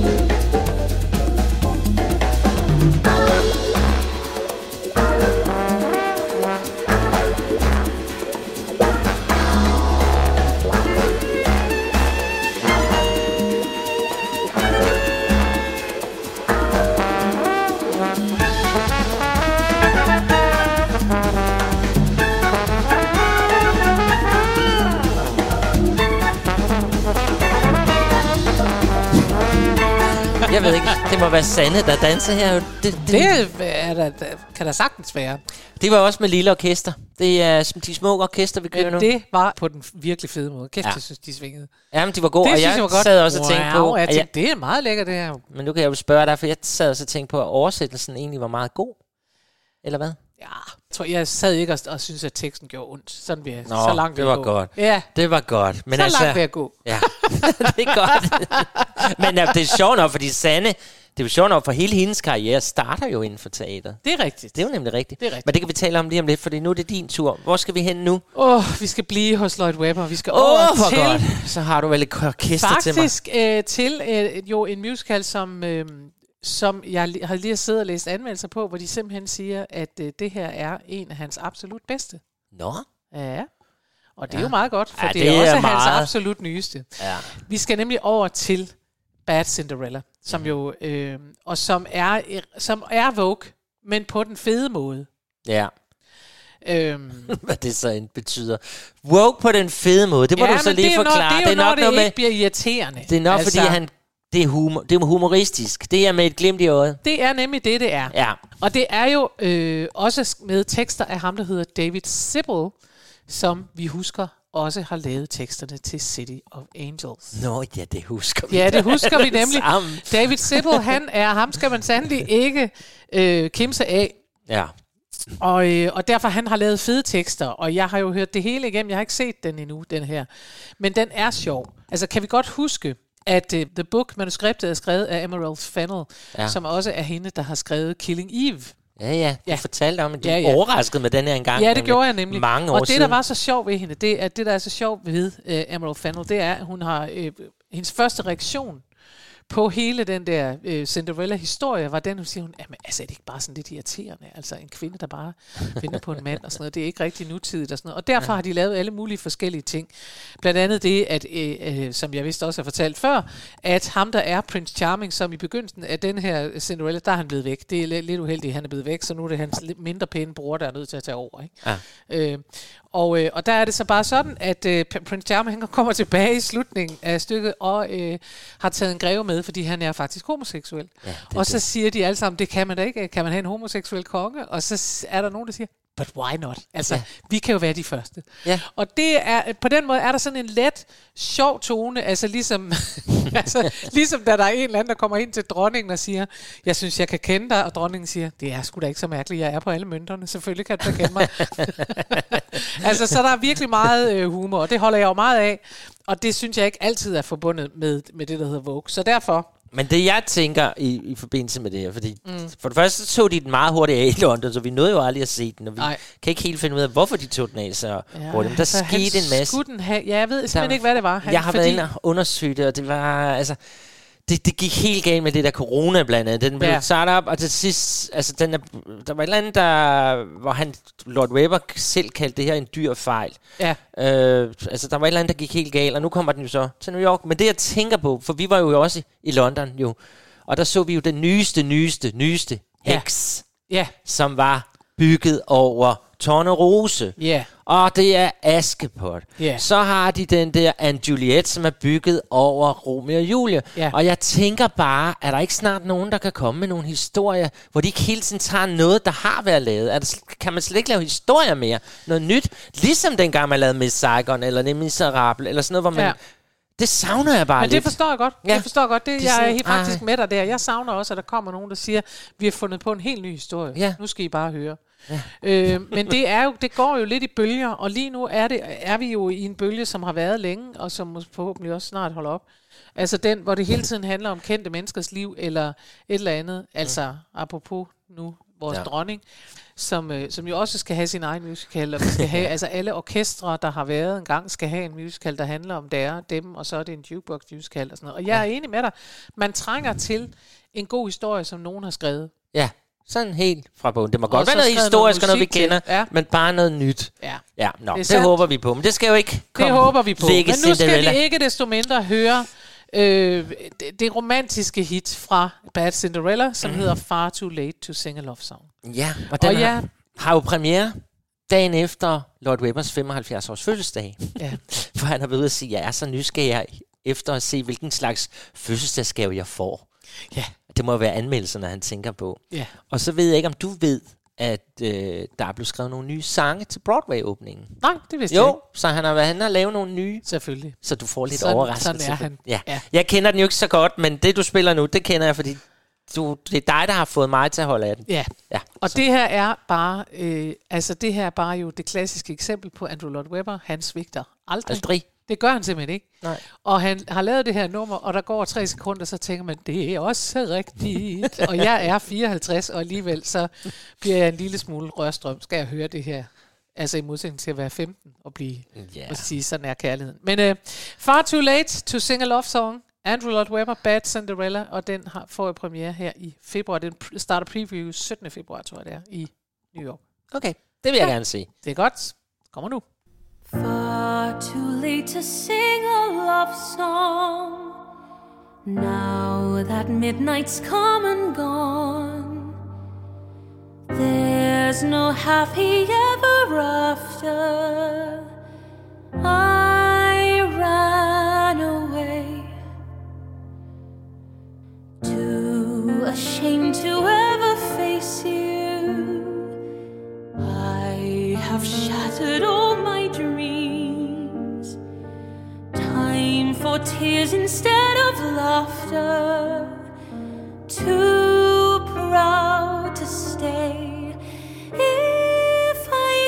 Jeg ved ikke, det må være Sanne, der danser her. Det kan der sagtens være. Det var også med lille orkester. Det er de små orkester, vi kører nu. Det var på den virkelig fede måde. Kæft, jeg synes, de svingede. Jamen, de var gode, det og jeg sad også og tænkte på... Jeg tænkte, det er meget lækkert, det her. Men nu kan jeg jo spørge dig, for jeg sad også og tænkte på, at oversættelsen egentlig var meget god. Eller hvad? Ja, jeg sad ikke og synes at teksten gjorde ondt. Sådan vil jeg. Så langt det var godt. Ja. Det var godt. Men så langt vil jeg gå. Ja, det er godt. Men det er sjovt nok, fordi Sanne, det er jo sjovt nok, for hele hendes karriere starter jo inden for teater. Det er rigtigt. Det er jo nemlig rigtigt. Det er rigtigt. Men det kan vi tale om lige om lidt, for nu er det din tur. Hvor skal vi hen nu? Vi skal blive hos Lloyd Webber. Vi skal over til... Godt. Så har du vel et orkester til mig. Faktisk til jo en musical, som jeg har lige siddet og læst anmeldelser på, hvor de simpelthen siger, at det her er en af hans absolut bedste. Nå? Ja. Og det er jo meget godt, for Ja, det er også meget... hans absolut nyeste. Ja. Vi skal nemlig over til Bad Cinderella, som jo og som er Vogue, men på den fede måde. Ja. Hvad det så betyder. Woke på den fede måde. Det må du så lige forklare. Det er jo nok det ikke bliver irriterende. Det er nok fordi det er humoristisk. Det er med et glimt i øjet. Det er nemlig det er. Ja. Og det er jo også med tekster af ham, der hedder David Sibble, som vi husker også har lavet teksterne til City of Angels. Nå, ja, det husker vi. Ja, det husker vi nemlig. David Sibble, ham skal man sandelig ikke kimse af. Ja. Og derfor han har lavet fede tekster, og jeg har jo hørt det hele igennem. Jeg har ikke set den endnu, den her. Men den er sjov. Altså, kan vi godt huske, at The Book, manuskriptet, er skrevet af Emerald Fennell, som også er hende, der har skrevet Killing Eve. Ja. Du fortalte om, at du overraskede med den her engang. Ja, det gjorde jeg nemlig. Mange år og det, der var så sjovt ved hende, det der er så sjovt ved Emerald Fennell, det er, at hun har hendes første reaktion på hele den der Cinderella-historie, var den, hun siger, jamen, altså, er det ikke bare sådan lidt irriterende? Altså, en kvinde, der bare venter på en mand og sådan noget, det er ikke rigtig nutidigt og sådan noget. Og derfor har de lavet alle mulige forskellige ting. Blandt andet det, at, som jeg vist også har fortalt før, at ham, der er Prince Charming, som i begyndelsen af den her Cinderella, der er han blevet væk. Det er lidt uheldigt, han er blevet væk, så nu er det hans lidt mindre pæne bror, der er nødt til at tage over. Ikke? Ja. Og der er det så bare sådan, at Prince Charming kommer tilbage i slutningen af stykket og har taget en greve med, fordi han er faktisk homoseksuel. Ja, og så siger de alle sammen, det kan man da ikke. Kan man have en homoseksuel konge? Og så er der nogen, der siger, but why not? Altså, vi kan jo være de første. Ja. Og det er, på den måde er der sådan en let, sjov tone, altså ligesom, ligesom da der er en eller anden, der kommer ind til dronningen og siger, jeg synes, jeg kan kende dig, og dronningen siger, det er sgu da ikke så mærkeligt, jeg er på alle mønterne, selvfølgelig kan du da kende mig. Altså, så der er virkelig meget humor, og det holder jeg jo meget af, og det synes jeg ikke altid er forbundet med det, der hedder Vogue. Så derfor... Men det jeg tænker i forbindelse med det her, fordi for det første så de den meget hurtigt af i London, så vi nåede jo aldrig at se den, og vi kan ikke helt finde ud af, hvorfor de tog den af så hurtigt. Men der skete en masse. Jeg ved simpelthen ikke, hvad det var. Jeg har været inde og undersøgt det, og det var, altså... Det gik helt galt med det der corona blandt andet. Den blev startet op, og til sidst, altså der var et eller andet, hvor Lord Webber selv kaldte det her en dyr fejl. Ja. Altså der var et eller andet, der gik helt galt, og nu kommer den jo så til New York. Men det jeg tænker på, for vi var jo også i London jo, og der så vi jo den nyeste heks, som var bygget over Tornerose. Yeah. Og det er Askepot. Yeah. Så har de den der Anne Juliet, som er bygget over Romeo og Julie. Yeah. Og jeg tænker bare, er der ikke snart nogen, der kan komme med nogle historier, hvor de ikke hele tiden tager noget, der har været lavet? Kan man slet ikke lave historier mere? Noget nyt? Ligesom dengang man lavede Miss Saigon, eller nemlig Miserable, eller sådan noget, hvor man... Yeah. Det savner jeg bare lidt. Men det forstår jeg godt. Ja. Det forstår jeg godt. Jeg er helt faktisk med dig der. Jeg savner også, at der kommer nogen, der siger, vi har fundet på en helt ny historie. Ja. Nu skal I bare høre. Ja. Men det går jo lidt i bølger, og lige nu er vi jo i en bølge, som har været længe, og som forhåbentlig også snart holder op. Altså den, hvor det hele tiden handler om kendte menneskers liv, eller et eller andet. Altså, apropos nu, vores dronning, som jo også skal have sin egen musical, og vi skal have, altså alle orkestre, der har været engang, skal have en musical, der handler om dem, og så er det en jukebox musical og sådan noget. Og jeg er enig med dig. Man trænger til en god historie, som nogen har skrevet. Ja. Sådan helt fra bogen. Det må godt være noget historisk og noget, vi kender, men bare noget nyt. Ja, det håber vi på. Men det skal jo ikke komme. Det håber vi på. Men nu skal vi ikke desto mindre høre det romantiske hit fra Bad Cinderella, som hedder Far Too Late to Sing a Love Song. Ja, og den har jo premiere dagen efter Lloyd Webbers 75-års fødselsdag. Ja. For han har været ude at sige, jeg er så nysgerrig efter at se, hvilken slags fødselsdagsgave jeg får. Ja. Det må jo være anmeldelserne, han tænker på. Yeah. Og så ved jeg ikke, om du ved, at der er blevet skrevet nogle nye sange til Broadway-åbningen. Nej, det vidste jeg ikke. Så han har lavet nogle nye. Selvfølgelig. Så du får lidt overraskelse. Sådan er han. Ja. Jeg kender den jo ikke så godt, men det du spiller nu, det kender jeg, fordi det er dig, der har fået mig til at holde af den. Ja. Og det her er bare, det her er bare jo det klassiske eksempel på Andrew Lloyd Webber. Han svigter aldrig. Det Det gør han simpelthen ikke. Nej. Og han har lavet det her nummer, og der går 3 sekunder, så tænker man, det er også rigtigt. Og jeg er 54, og alligevel så bliver jeg en lille smule rørstrøm. Skal jeg høre det her? Altså i modsætning til at være 15 og blive, og sige, sådan er kærligheden. Men Far Too Late to Sing a Love Song, Andrew Lloyd Webber, Bad Cinderella, og den får jeg premiere her i februar. Den starter preview 17. februar, tror jeg det er, i New York. Okay, det vil jeg gerne se. Det er godt. Kommer nu. Far too late to sing a love song. Now that midnight's come and gone, there's no happy ever after. I ran away, too ashamed to ever face you. I have shattered all my dreams. Time for tears instead of laughter. Too proud to stay. If I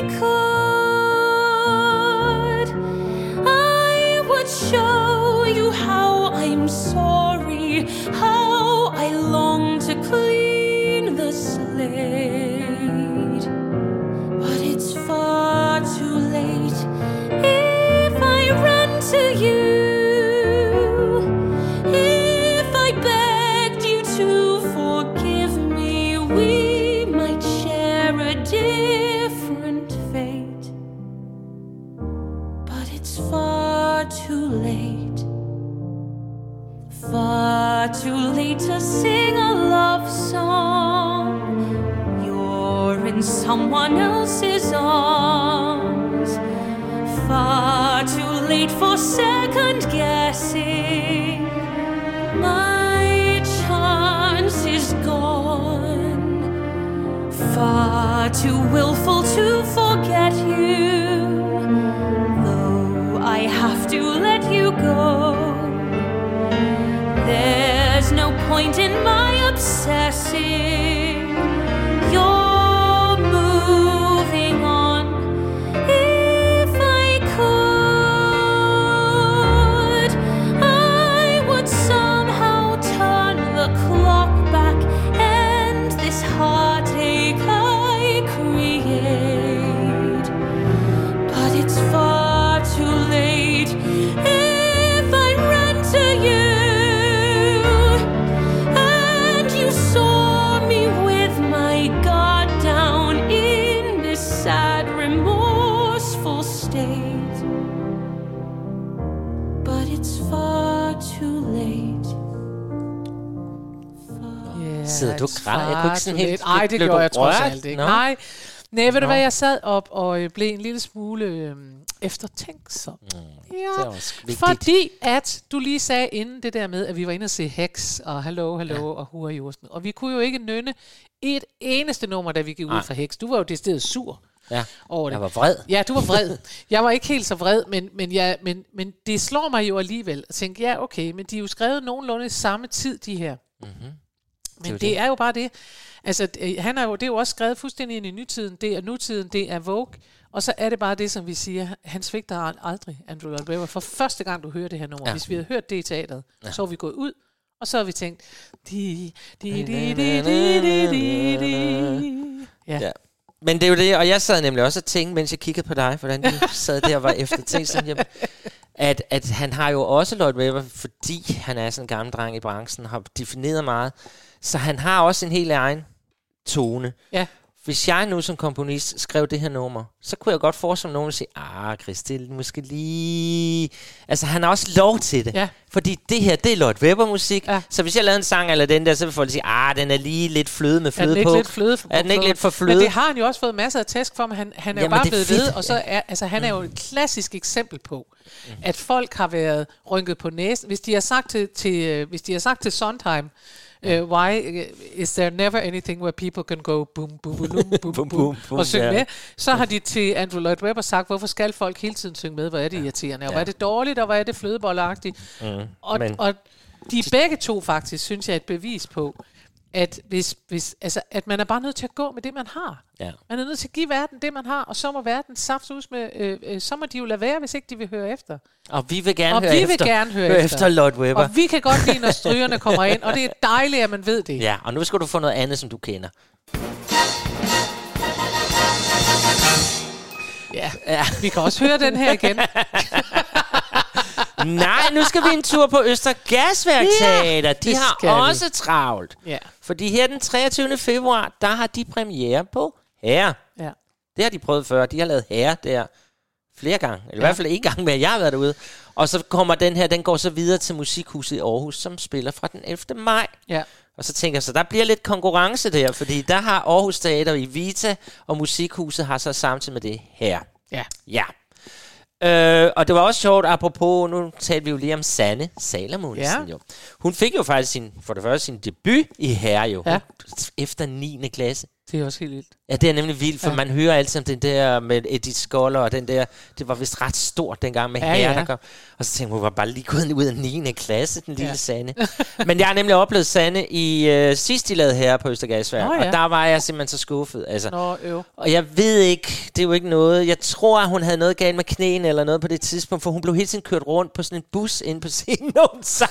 could, I would show you how I'm sorry, how I long to clean the slate. But it's far too late. If I ran to you, if I begged you to forgive me, we might share a different fate. But it's far too late. Far too late to sing a love song. You're in someone else's arms. Far too late for second guessing. My chance is gone. Far too willful to forget you, though I have to let you go. There's no point in my obsessing. You're moving on. If I could, I would somehow turn the clock back, end this heartache I create. But it's far too late. If I ran to you and you saw me with my guard down in this sad, remorseful state. But it's far too late. Sidder du og græder? Jeg kunne ikke sådan helt... Nej, det blev gjorde du jeg trods rørt? alt ikke. Nå. Nej, ved du hvad, jeg sad op og blev en lille smule eftertænksom. Det Ja, er også vigtigt. fordi at du lige sagde inden det der med, at vi var inde og se Hex og Hallo, og Hurra Josten. Og vi kunne jo ikke nynne et eneste nummer, da vi gik ud fra Hex. Du var jo decideret sur over det. Jeg var vred. Ja, du var vred. Jeg var ikke helt så vred, men det slår mig jo alligevel at tænke, ja okay, men de er jo skrevet nogenlunde samme tid, de her. Mm-hmm. Men det er jo bare det. Altså, det er jo også skrevet fuldstændig ind i nytiden. Det er nutiden, det er Vogue. Og så er det bare det, som vi siger, han svigter aldrig, Andrew Lloyd Webber. For første gang, du hører det her nummer, hvis vi havde hørt det i teateret, så var vi gået ud, og så har vi tænkt, Ja. Men det er jo det, og jeg sad nemlig også og tænkte, mens jeg kiggede på dig, hvordan du sad der og var eftertænksom, at han har jo også Lloyd Webber, fordi han er sådan en gammel dreng i branchen, har defineret meget, så han har også en helt egen tone. Ja. Hvis jeg nu som komponist skrev det her nummer, så kunne jeg godt forestille nogen at sige, Chris, det er måske lige... Altså, han har også lov til det. Ja. Fordi det her, det er Lloyd Webber-musik. Ja. Så hvis jeg lavede en sang eller den der, så vil folk sige, den er lige lidt fløde med fløde på. Er den ikke lidt for fløde? Men det har han jo også fået masser af tæsk for, men han er jo bare blevet ved. Og så er, altså, han er jo et klassisk eksempel på, at folk har været rynket på næsen. Hvis de har sagt til Sondheim, why is there never anything where people can go boom, boom, boom, boom, boom, og synge med? Så har de til Andrew Lloyd Webber sagt, hvorfor skal folk hele tiden synge med? Hvor er det irriterende? Og hvor er det dårligt? Og hvor er det flødebolleagtigt? Og de begge to faktisk, synes jeg, er et bevis på, at at man er bare nødt til at gå med det, man har. Ja. Man er nødt til at give verden det, man har, og så må verden saftus med, så må de jo lade være, hvis ikke de vil høre efter. Og vi vil gerne høre efter Lord Webber. Og vi kan godt lide, når strygerne kommer ind, og det er dejligt, at man ved det. Ja, og nu skal du få noget andet, som du kender. Ja. Vi kan også høre den her igen. Nej, nu skal vi en tur på Øster Gasværk Teater. De har også travlt. Ja. Fordi her den 23. februar, der har de premiere på Herre. Ja. Det har de prøvet før. De har lavet Herre der flere gange. Eller i hvert fald en gang med, at jeg har været derude. Og så kommer den her, den går så videre til Musikhuset i Aarhus, som spiller fra den 11. maj. Ja. Og så tænker jeg, så der bliver lidt konkurrence der, fordi der har Aarhus Teater i Vita, og Musikhuset har så samtidig med det her. Ja. Ja. Og det var også sjovt, apropos, nu talte vi jo lige om Sanne Salomonsen jo. Hun fik jo faktisk sin debut i Herre jo, efter 9. klasse. Det er også helt vildt. Ja, det er nemlig vildt, for man hører altid om den der med Edith Skoller, og den der, det var vist ret stort dengang med Herre, der kom. Og så tænkte hun, var bare lige gået ud af 9. klasse, den lille Sanne. Men jeg har nemlig oplevet Sanne i sidst de lavede Herre på Øster Gasværk, og der var jeg simpelthen så skuffet. Altså. Og jeg ved ikke, det er jo ikke noget, jeg tror, at hun havde noget galt med knæene eller noget på det tidspunkt, for hun blev hele tiden kørt rundt på sådan en bus inde på scenen, når hun sang.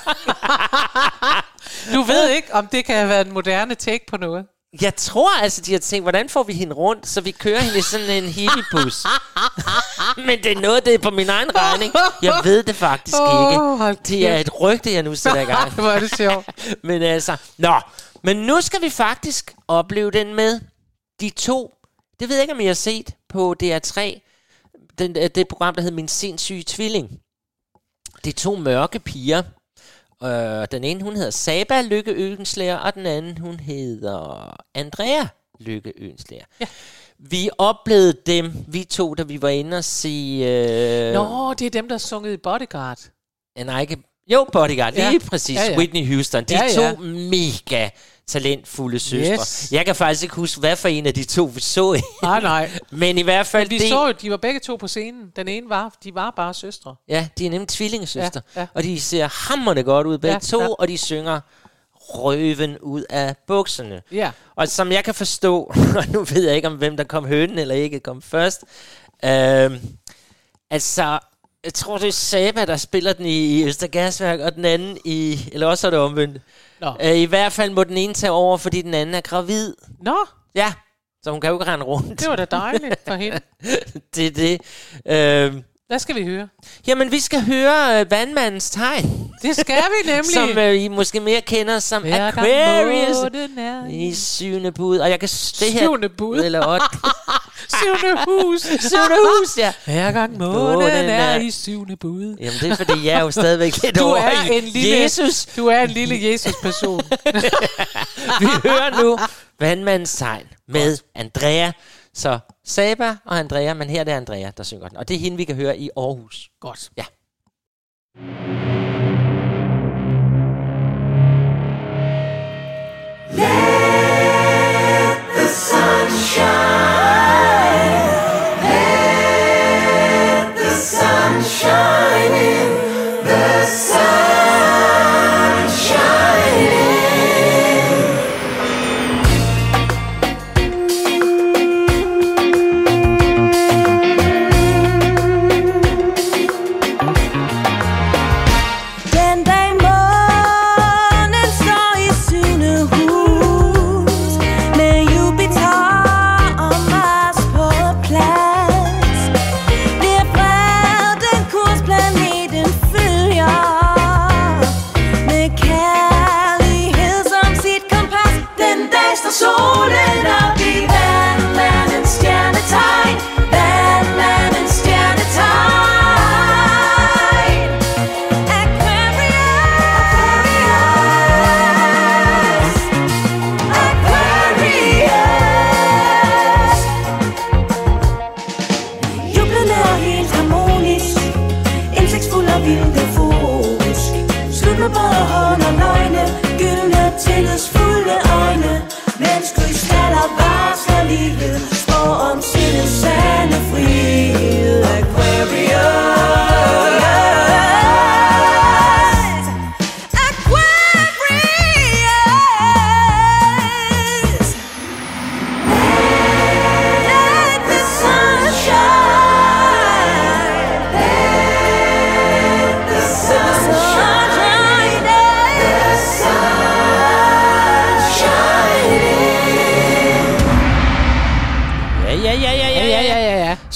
Du ved ikke, om det kan have været en moderne take på noget. Jeg tror altså, de har tænkt, hvordan får vi hende rundt, så vi kører hende i sådan en hippiebus. Men det er noget, det er på min egen regning. Jeg ved det faktisk ikke. Det er et rygte, jeg nu sætter i gang. Hvor er det sjovt. Men altså, men nu skal vi faktisk opleve den med de to. Det ved jeg ikke, om I har set på DR3. Det program, der hedder Min sindssyge tvilling. Det er to mørke piger. Den ene, hun hedder Saba Lykke Øgenslager, og den anden, hun hedder Andrea Lykke Øgenslager. Ja. Vi oplevede dem, vi to, da vi var inde og se... det er dem, der har sunget i Bodyguard. Bodyguard, lige præcis. Ja. Whitney Houston. De to mega talentfulde søstre. Yes. Jeg kan faktisk ikke huske, hvad for en af de to vi så i. Nej. Men i hvert fald... Vi så jo, de var begge to på scenen. Den ene de var bare søstre. Ja, de er nemlig tvillingesøstre. Ja. Og de ser hamrende godt ud begge to, og de synger røven ud af bukserne. Ja. Og som jeg kan forstå, og nu ved jeg ikke, om hvem der kom hønen eller ikke kom først. Jeg tror, det er Saba, der spiller den i Øster Gasværk, og den anden eller også er det omvendt. I hvert fald må den ene tage over, fordi den anden er gravid. Nå? Ja, så hun kan jo ikke rende rundt. Det var da dejligt for hende. Det er det. Hvad skal vi høre? Jamen, vi skal høre Vandmandens Tegn. Det skal vi nemlig. Som I måske mere kender som Aquarius i 7. bud. Og jeg kan... Det her, 7. bud? Eller 8. 7. hus. 7. hus, ja. Hver gang månen er i 7. bud. Jamen, det er fordi, jeg er jo stadigvæk et år i Jesus. Du er en lille Jesus-person. Vi hører nu Vandmandens Tegn med Andrea. Så Saba og Andrea, men her er det Andrea, der synger den. Og det er hende, vi kan høre i Aarhus. Godt. Ja. Let the sun shine. Let the sun shine in. The sun shine in.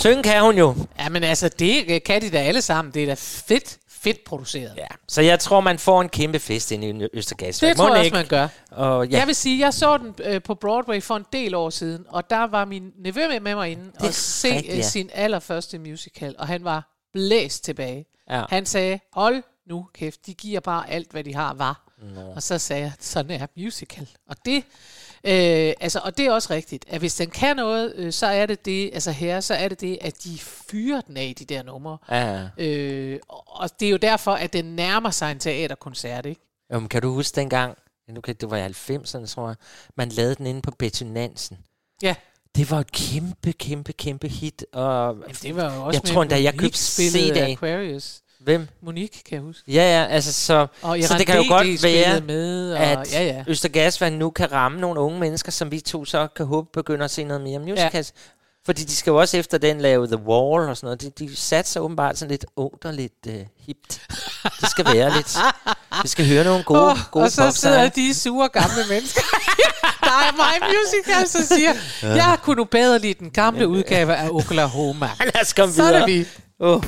synge kan hun jo. Ja, men altså, det kan de da alle sammen. Det er da fedt produceret. Ja. Så jeg tror, man får en kæmpe fest inde i Østergasværk. Det tror jeg også, man gør. Og, ja. Jeg vil sige, jeg så den på Broadway for en del år siden, og der var min nevø med mig inde og se sin allerførste musical, og han var blæst tilbage. Ja. Han sagde, hold nu kæft, de giver bare alt, hvad de har, var. Og så sagde jeg, sådan er musical. Og det, og det er også rigtigt, at hvis den kan noget, så er det det, altså her, så er det det, at de fyrer den af, de der numre. Ja. Og det er jo derfor, at den nærmer sig en teaterkoncert, ikke? Jamen, kan du huske dengang, det var i 90'erne, tror jeg, man lavede den inde på Betty Nansen. Ja. Det var et kæmpe hit. Og jamen, det var jo også jeg tror endda, jeg købte CD. Aquarius. Hvem? Monique, kan jeg huske. Ja, altså så det kan jo godt være, med, og, at Østergasværk nu kan ramme nogle unge mennesker, som vi to så kan håbe begynder at se noget mere musicals. Ja. Fordi de skal jo også efter den lave The Wall og sådan noget. De satte sig åbenbart sådan lidt ungt og lidt hipt. Det skal være lidt. Vi skal høre nogle gode og så sidder de sure gamle mennesker. Der er mig musical, så siger, jeg kunne nu bedre lide den gamle udgave af Oklahoma. Lad os komme videre. Så er det vi.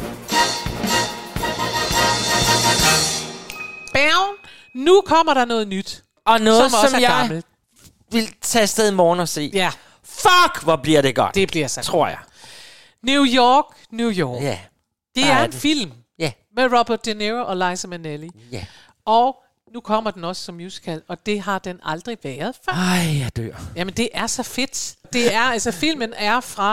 Nu kommer der noget nyt. Og noget, som jeg vil tage afsted i morgen og se. Ja. Fuck, hvor bliver det godt. Det bliver så tror jeg. New York. Ja. Det er en film. Ja. Med Robert De Niro og Liza Minnelli. Ja. Og nu kommer den også som musical, og det har den aldrig været før. Ej, jeg dør. Jamen, det er så fedt. Det er, altså, filmen er fra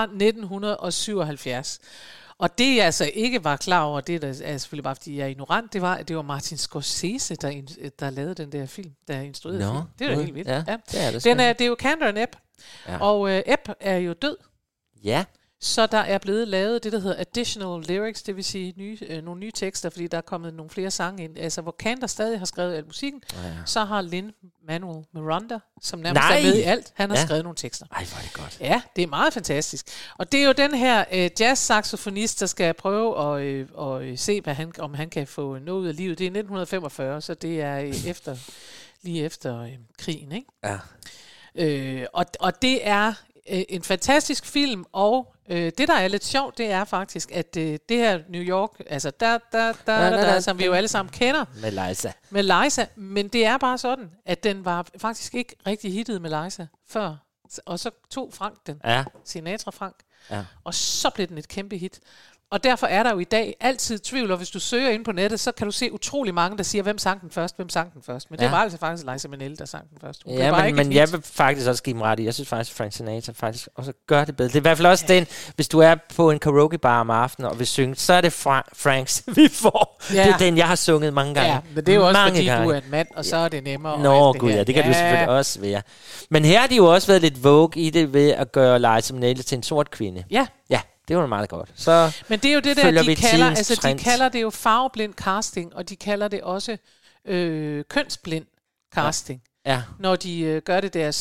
1977. Og det jeg altså ikke var klar over, det der er selvfølgelig bare, fordi jeg er ignorant, det var, at det var Martin Scorsese, der lavede den der film, der instruerede film. Det er jo helt vildt. Ja, ja. Det er jo Kander Ebb, og Ebb er jo død. Ja. Så der er blevet lavet det, der hedder additional lyrics, det vil sige nogle nye tekster, fordi der er kommet nogle flere sange ind. Altså, hvor Kander stadig har skrevet al musikken, så har Lin-Manuel Miranda, som nærmest er med i alt, han har skrevet nogle tekster. Ej, hvor er det godt. Ja, det er meget fantastisk. Og det er jo den her jazz-saxofonist, der skal prøve at se, om han kan få noget ud af livet. Det er 1945, så det er lige efter krigen, ikke? Ja. Og det er en fantastisk film, og det, der er lidt sjovt, det er faktisk, at det her New York, altså som vi jo alle sammen kender. Med Liza. Men det er bare sådan, at den var faktisk ikke rigtig hittet med Liza før. Og så tog Frank den. Ja. Sinatra Frank. Ja. Og så blev den et kæmpe hit. Og derfor er der jo i dag altid tvivl, og hvis du søger ind på nettet, så kan du se utrolig mange, der siger, hvem sang den først. Men det var altså faktisk Liza Minnelli, der sang den først. Men jeg vil faktisk også give dem ret i. Jeg synes faktisk, Frank Sinatra faktisk også gør det bedre. Det er i hvert fald også den, hvis du er på en karaokebar om aftenen og vil synge, så er det Franks, vi får. Ja. Det er den, jeg har sunget mange gange. Ja, men det er jo også, fordi du er en mand, og så er det nemmere. Nå, gud, ja, det kan du selvfølgelig også være. Men her har de jo også været lidt vogue i det ved at gøre Liza Minnelli til en sort kvinde. Ja. Ja. Det var meget godt. Så men det er jo det der, de kalder det jo farveblind casting, og de kalder det også kønsblind casting. Ja. Når de gør det der,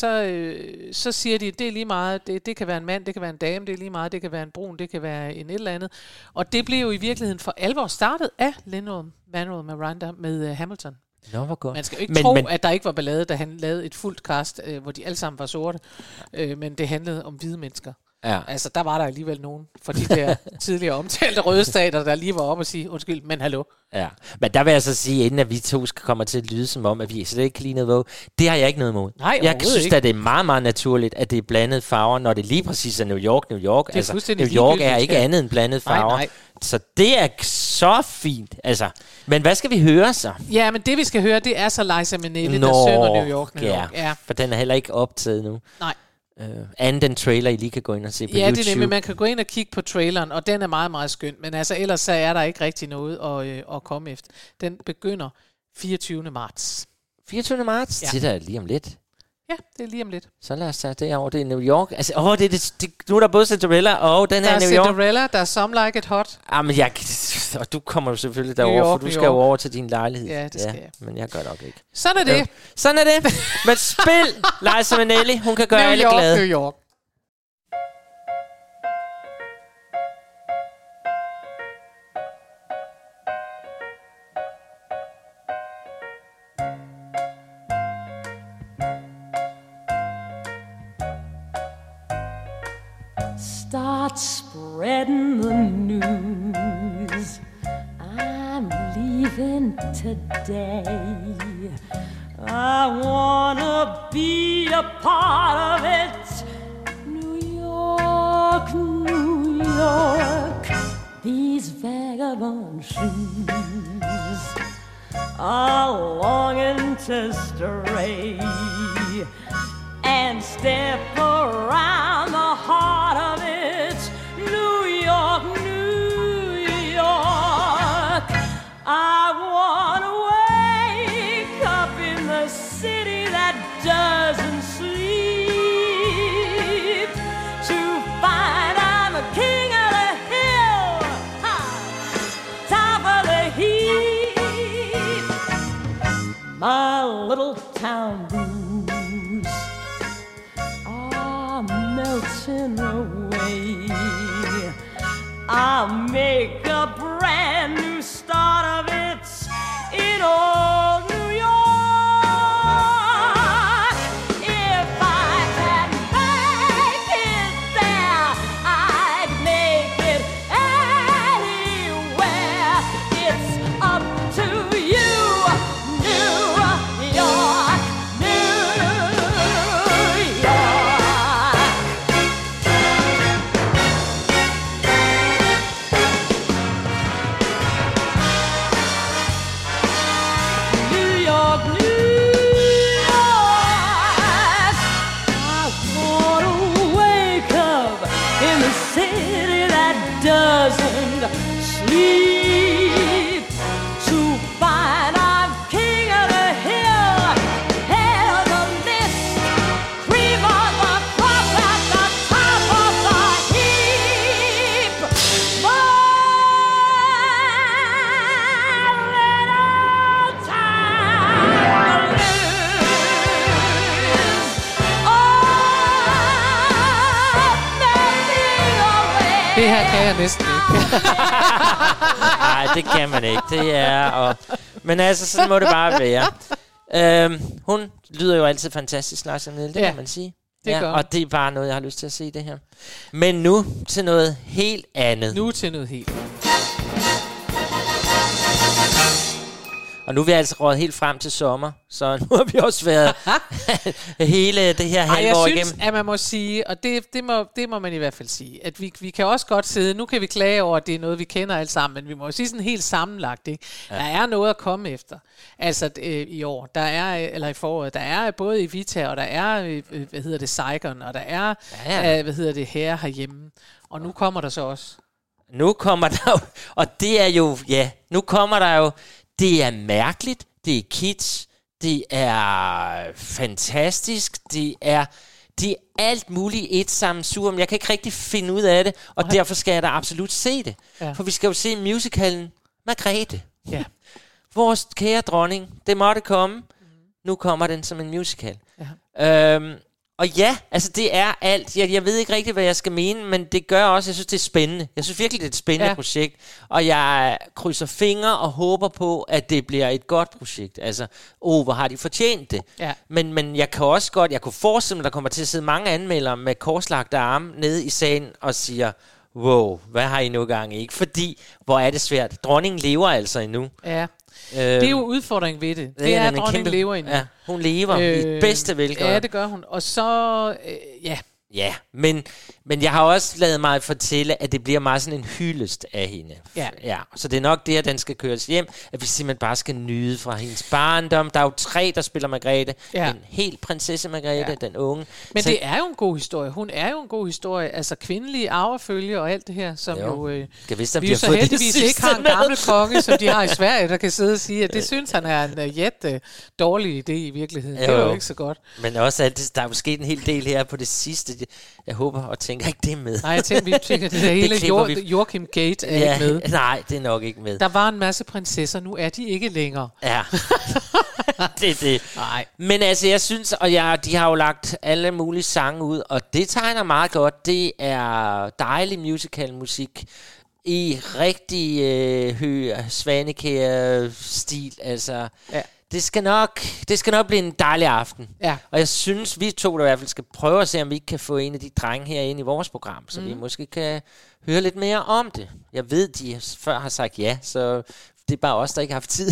så siger de, det er lige meget, det kan være en mand, det kan være en dame, det er lige meget, det kan være en brun, det kan være en et eller andet. Og det blev jo i virkeligheden for alvor startet af Lin-Manuel Miranda med Hamilton. Nå, hvor godt. Man skal jo ikke tro, at der ikke var ballade, da han lavede et fuldt cast, hvor de alle sammen var sorte, men det handlede om hvide mennesker. Ja. Altså, der var der alligevel nogen for de der tidligere omtalte røde stater, der lige var oppe og sige, undskyld, men hallo. Ja, men der vil jeg så sige, inden at vi to skal komme til at lyde som om, at vi slet ikke kan lide noget vogue, det har jeg ikke noget imod. Nej, jeg synes at det er meget, meget naturligt, at det er blandede farver, når det lige præcis er New York. Altså, New York er ikke andet end blandede farver. Nej. Så det er så fint. Altså, men hvad skal vi høre så? Ja, men det vi skal høre, det er så Liza Minnelli, der synger New York. Ja, for den er heller ikke optaget nu. Nej. Anden den trailer, I lige kan gå ind og se på YouTube. Ja, det er nemlig, man kan gå ind og kigge på traileren, og den er meget, meget skøn. Men altså, ellers så er der ikke rigtig noget at komme efter. Den begynder 24. marts. 24. marts? Ja. Det er lige om lidt. Ja, det er lige om lidt. Så lad os tage det over. Det er New York. Altså, nu er der både Cinderella og den her New York. Der er Cinderella, der er Some Like It Hot. Men og du kommer jo selvfølgelig derover, for du skal jo over til din lejlighed. Ja, det skal jeg. Men jeg gør nok ikke. Sådan er det. Sådan er det. Men spil Liza Minnelli. Hun kan gøre alle glade. New York. Start spreading spreading the news. I'm leaving today. I wanna be a part of it. New York, New York, these vagabond shoes are longing to stray and step around the heart of it. New York, New York, I wanna wake up in the city that doesn't sleep to find I'm a king of the hill, top of the heap. My little town blues are melting away. I'll make a brand new start of it in old New York. If I can make it there, I'd make it anywhere. It's up to you, New York, New York. New York, New York. I wanna wake up in the city that doesn't sleep to find I'm king of the hill, head of the list, cream of the crop at the top of the heap. My little town blues melting away. Det her kan jeg næsten ikke. Nej, det kan man ikke. Det er... Men altså, sådan må det bare være. Hun lyder jo altid fantastisk, Lars Emil, det kan man sige. det gør hun. Og det er bare noget, jeg har lyst til at se det her. Men nu til noget helt andet. Nu til noget helt. Og nu er vi altså røget helt frem til sommer, så nu har vi også været hele det her halvår igennem. Jeg synes, at man må sige, og det må man i hvert fald sige, at vi kan også godt sidde, nu kan vi klage over, at det er noget, vi kender alle sammen, men vi må jo sige sådan helt sammenlagt, ikke? Ja. Der er noget at komme efter. Altså i år, der er, eller i foråret, der er både i Vita, og der er, Saigon, og der er, herhjemme. Og nu kommer der så også. Nu kommer der jo, og det er jo, nu kommer der jo, det er mærkeligt, det er kitsch, det er fantastisk, det er alt muligt et sammensurium. Jeg kan ikke rigtig finde ud af det, og derfor skal jeg da absolut se det. Ja. For vi skal jo se musicalen Margrethe. Ja. Vores kære dronning, det måtte komme. Nu kommer den som en musical. Ja. Og ja, altså det er alt. Jeg ved ikke rigtig, hvad jeg skal mene, men det gør også, jeg synes, det er spændende. Jeg synes virkelig, det er et spændende projekt. Og jeg krydser fingre og håber på, at det bliver et godt projekt. Altså, hvor har de fortjent det? Ja. Men jeg kan også godt, jeg kunne forestille mig, der kommer til at sidde mange anmeldere med korslagte arme nede i salen og siger, wow, hvad har I nu gang i? Ikke? Fordi, hvor er det svært. Dronningen lever altså endnu. Ja. Det er jo udfordringen ved det. Det er, at dronningen lever endnu. Ja, hun lever i bedste velgående. Ja, det gør hun. Og så, Ja, men jeg har også ladet mig fortælle, at det bliver meget sådan en hyldest af hende. Ja. Så det er nok det, at den skal køres hjem, at vi simpelthen bare skal nyde fra hendes barndom. Der er jo 3, der spiller Margrethe. Ja. En helt prinsesse Margrethe, den unge. Men så, det er jo en god historie. Hun er jo en god historie. Altså kvindelige arvefølge og alt det her, som vi jo så heldigvis ikke har en gammel konge, som de har i Sverige, der kan sidde og sige, at det synes han er en dårlig idé i virkeligheden. Det er jo ikke så godt. Men også alt det, der er jo sket en hel del her på det sidste. Jeg håber og tænker ikke, det er med. Nej, jeg tænker det hele Joachim Gate er ikke med. Nej, det er nok ikke med. Der var en masse prinsesser, nu er de ikke længere. Ja, det er det. Nej. Men altså, jeg synes, og de har jo lagt alle mulige sange ud, og det tegner meget godt. Det er dejlig musicalmusik i rigtig Svanekær-stil. Altså, det skal nok blive en dejlig aften. Ja. Og jeg synes, vi to der i hvert fald skal prøve at se, om vi ikke kan få en af de drenge herinde i vores program, så vi måske kan høre lidt mere om det. Jeg ved, de før har sagt ja, så det er bare os, der ikke har haft tid.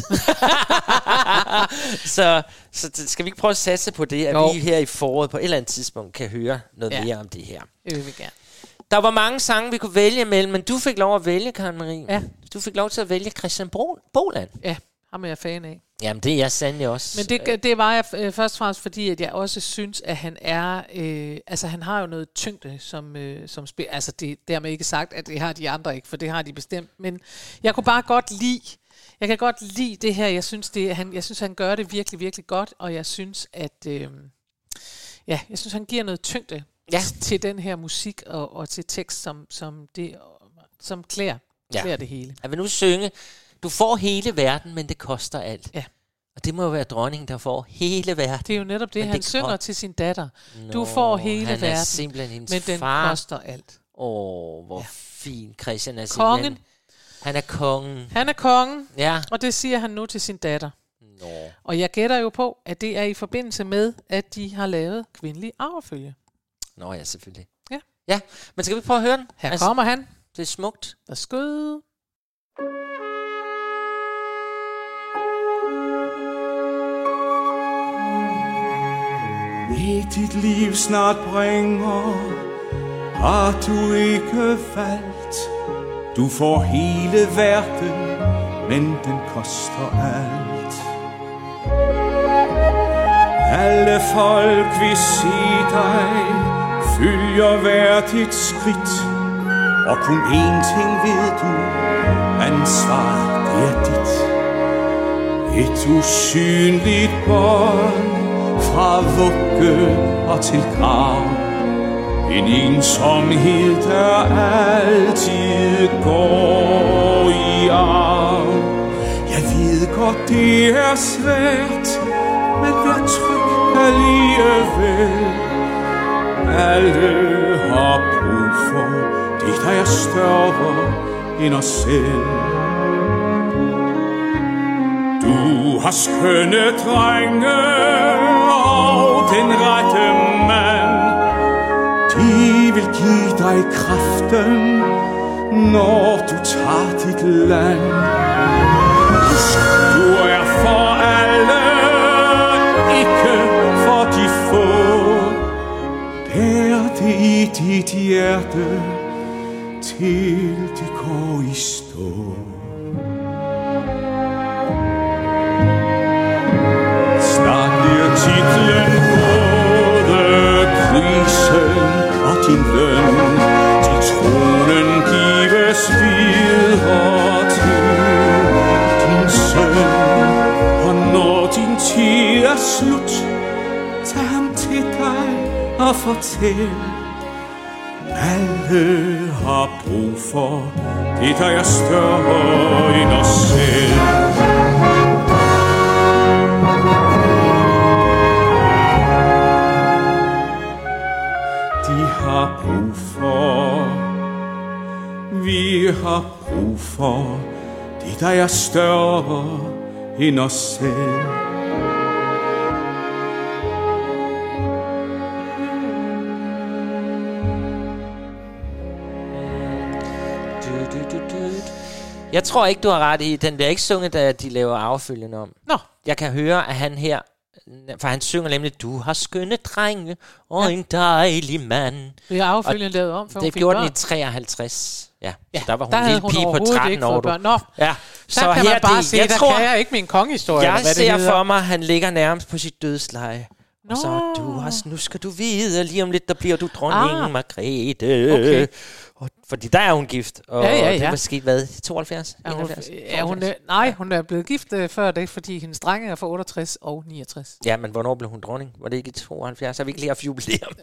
så skal vi ikke prøve at satse på det, at vi her i foråret på et eller andet tidspunkt kan høre noget mere om det her. Det vil vi gerne. Der var mange sange, vi kunne vælge imellem, men du fik lov at vælge, Karen Marie. Ja. Du fik lov til at vælge Christian Boland. Ja, ham er jeg fan af. Jamen, det er jeg sandelig også. Men det var jeg først og fremmest, fordi at jeg også synes, at han er... altså, han har jo noget tyngde, som spil. Altså, det dermed ikke sagt, at det har de andre ikke, for det har de bestemt. Men jeg kunne bare godt lide... Jeg kan godt lide det her. Jeg synes, han gør det virkelig, virkelig godt, og jeg synes, at... jeg synes, han giver noget tyngde til den her musik og til tekst, som klæder det hele. Jeg vil nu synge, du får hele verden, men det koster alt. Ja. Og det må jo være dronningen, der får hele verden. Det er jo netop det, han synger til sin datter. Du får hele han verden, er simpelthen hendes men den far. koster alt. Hvor fin Christian er. Kongen. Han er kongen. Han er kongen, ja. Og det siger han nu til sin datter. Og jeg gætter jo på, at det er i forbindelse med, at de har lavet kvindelig arvefølge. Nå ja, selvfølgelig. Ja, men skal vi prøve at høre den? Her kommer han. Det er smukt. Værsgo. I dit liv snart bringer, har du ikke valgt. Du får hele verden, men den koster alt. Alle folk vil se dig, følger hvert dit skridt. Og kun én ting ved du, ansvaret det er dit. Et usynligt bånd fra vugge og til grav. En ensomhed, der altid går i arv. Jeg ved godt, det er svært, men vær tryg alligevel. Alle har brug for det, der er større end os selv. Du har skønne drenge og den rette mand. De vil give dig kraften, når du tager dit land. Du er for alle, ikke for de få. Bær det i dit hjerte, til det går i stå. Snart bliver titlen både prisen og din løn. Til tronen gives videre til din søn. Og når din tid er slut, tag ham til dig og fortæl. Alle har brug for det, der er større end os selv. De har brug for, vi har brug for det, der er større end os selv. Jeg tror ikke, du har ret i. Den bliver ikke sunget, da de laver arvefølgen om. Nå. Jeg kan høre, at han her... For han synger nemlig, du har skønne drenge og en dejlig mand. Det er arvefølgen lavet om, for det gjorde den i 53. Ja, så der var hun en lille pige på 13 år. Nå, ja. Så kan her man bare se, der kan jeg ikke min kongehistorie. Jeg ser for mig, at han ligger nærmest på sit dødsleje. Og så, nu skal du vide, lige om lidt, der bliver du dronningen Margrethe. Okay. Fordi der er hun gift, og det var sket, hvad, 72? 71? Hun er blevet gift før det, fordi hendes drenge er fra 68 og 69. Ja, men hvornår blev hun dronning? Var det ikke i 72? Har vi ikke lige haft jubilæum?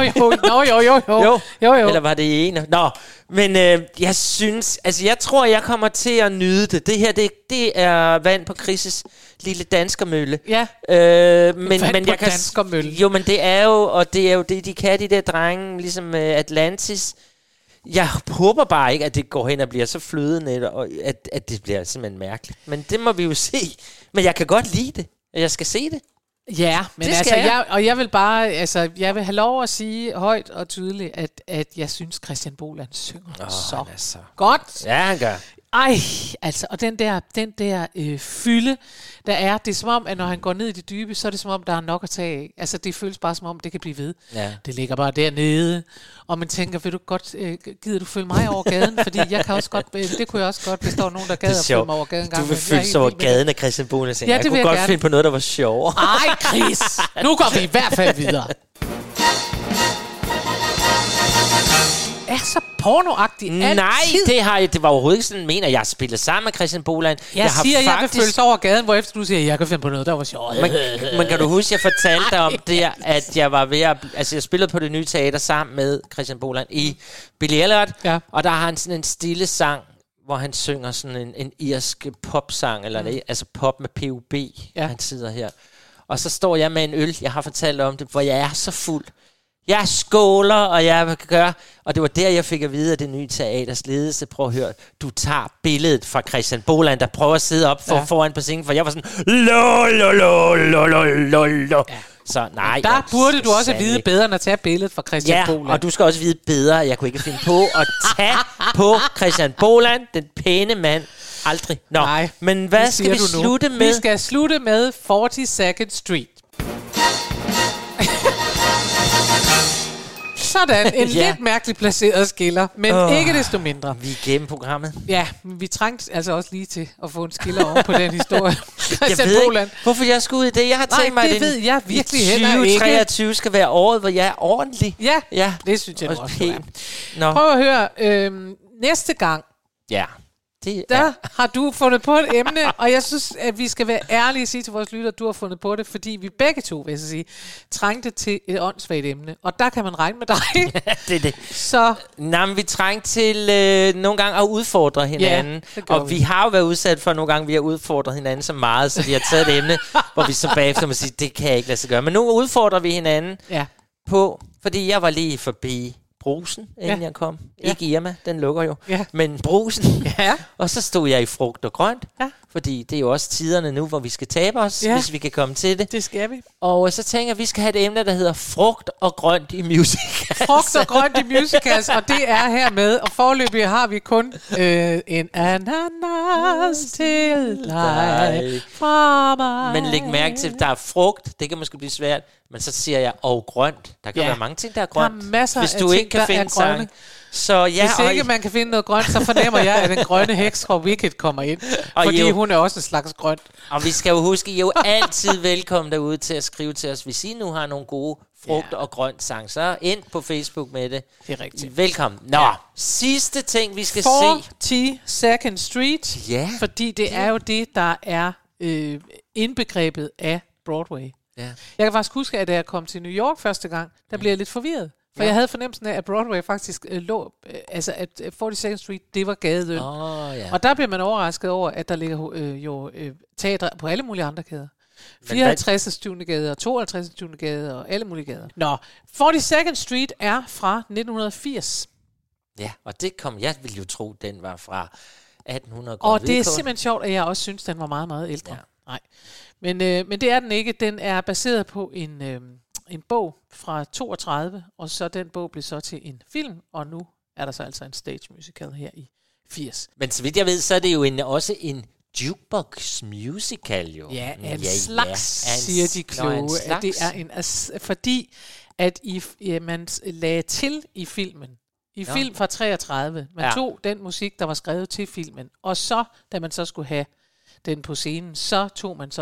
Jo. Eller var det i en? Nå, men jeg synes, altså jeg tror, jeg kommer til at nyde det. Det her, det er vand på Chris' lille danskermølle. Ja, men jeg kan danskermølle. Jo, men det er jo, og det er jo det, de kan, de der drenge, ligesom Atlantis. Jeg håber bare ikke, at det går hen og bliver så flydende, og at det bliver simpelthen mærkeligt. Men det må vi jo se. Men jeg kan godt lide det. Jeg skal se det. Ja, men Det altså, skal jeg. jeg vil bare, altså, jeg vil have lov at sige højt og tydeligt, at jeg synes, Christian Boland synger så godt. Ja, han gør. Ej, altså, og den der fylde, der er, det er som om, at når han går ned i det dybe, så er det som om, der er nok at tage af. Altså, det føles bare som om, det kan blive ved. Ja. Det ligger bare dernede, og man tænker, vil du godt, gider du følge mig over gaden? Fordi jeg kan også godt, det kunne jeg også godt, hvis der var nogen, der gad at følge mig over gaden. Du vil følge sig over gaden af Christian Boland. Ja, jeg kunne godt finde på noget, der var sjovere. Ej, Chris, nu går vi i hvert fald videre. Er så pornoagtig Nej, altid. det var overhovedet ikke sådan, mener jeg spillet sammen med Christian Boland. Jeg vil følge sig over gaden, hvorefter du siger, at jeg kan finde på noget, der var sjovt. Men kan du huske, jeg fortalte dig om det, at jeg var ved at... Altså, jeg spillede på Det Nye Teater sammen med Christian Boland i Billy Elliot, og der har han sådan en stille sang, hvor han synger sådan en irsk popsang, eller altså pop med P.U.B. Han sidder her. Og så står jeg med en øl, jeg har fortalt om det, hvor jeg er så fuld. Jeg skåler, og jeg gør... Og det var der, jeg fik at vide, at Det Nye Teaters ledelse, prøv at høre, du tager billedet fra Christian Boland, der prøver at sidde op foran på scenen, for jeg var sådan... Ja. Så nej... Der burde du også vide bedre, end at tage billedet fra Christian Boland. Ja, og du skal også vide bedre, jeg kunne ikke finde på at tage på Christian Boland, den pæne mand. Aldrig. Nå, nej, men hvad skal vi slutte med? Vi skal slutte med 42nd Street. Sådan, en lidt mærkeligt placeret skiller, men ikke desto mindre. Vi er igennem programmet. Ja, vi trængte altså også lige til at få en skiller over på den historie. Jeg ved ikke, hvorfor jeg skal ud i det. Jeg har tænkt mig, det ved jeg virkelig heller ikke. 2023 skal være året, hvor jeg er ordentlig. Ja, det synes jeg også pæn. Prøv at høre, næste gang. Ja. Der har du fundet på et emne, og jeg synes, at vi skal være ærlige og sige til vores lytter, at du har fundet på det, fordi vi begge to, vil jeg sige, trængte til et åndssvagt emne. Og der kan man regne med dig. Ja, det er det. Så. Men vi trængte til nogle gange at udfordre hinanden. Ja, og vi har jo været udsat for nogle gange, vi har udfordret hinanden så meget, så vi har taget et emne, hvor vi så bagefter må sige, det kan jeg ikke lade sig gøre. Men nu udfordrer vi hinanden på, fordi jeg var lige forbi Brugsen, inden jeg kom. Ikke Irma, den lukker jo. Men Brugsen. Og så stod jeg i frugt og grønt. Fordi det er jo også tiderne nu, hvor vi skal tabe os, hvis vi kan komme til det. Det skal vi. Og så tænker jeg, at vi skal have et emne, der hedder frugt og grønt i musicals. Frugt og grønt i musicals, og det er hermed. Og foreløbig har vi kun en ananas til dig fra mig. Men læg mærke til, at der er frugt. Det kan måske blive svært. Men så siger jeg, og grønt. Der kan være mange ting, der er grønt. Der er masser hvis du af ikke kan finde sang. Så hvis ikke man kan finde noget grønt, så fornemmer jeg, at den grønne heks fra Wicked kommer ind. Fordi hun er også en slags grønt. Og vi skal jo huske, I er jo altid velkommen derude til at skrive til os. Hvis I nu har nogle gode frugt og grønt sang, så ind på Facebook med det. Det er rigtigt. Velkommen. Nå, sidste ting, vi skal se. 42nd Street. Ja. Fordi det er jo det, der er indbegrebet af Broadway. Ja. Jeg kan faktisk huske, at da jeg kom til New York første gang, der blev jeg lidt forvirret. For jeg havde fornemmelsen af, at Broadway faktisk lå, altså at 42nd Street, det var gaden. Og der bliver man overrasket over, at der ligger teatre på alle mulige andre gader. 54. 20. gade og 52. 20. gade og alle mulige gader. Nå, 42nd Street er fra 1980. Ja, og det kom, jeg ville jo tro, den var fra 1800. Og det er simpelthen sjovt, at jeg også synes, den var meget, meget ældre. Ja. Nej. Men det er den ikke. Den er baseret på en bog fra 32, og så den bog blev så til en film, og nu er der så altså en stage musical her i 80. Men så vidt jeg ved, så er det jo også en jukebox musical jo. Ja, en slags, siger de kloge. At det er fordi at man lagde til i filmen. Film fra 33. Man tog den musik, der var skrevet til filmen, og så, da man så skulle have den på scenen, så tog man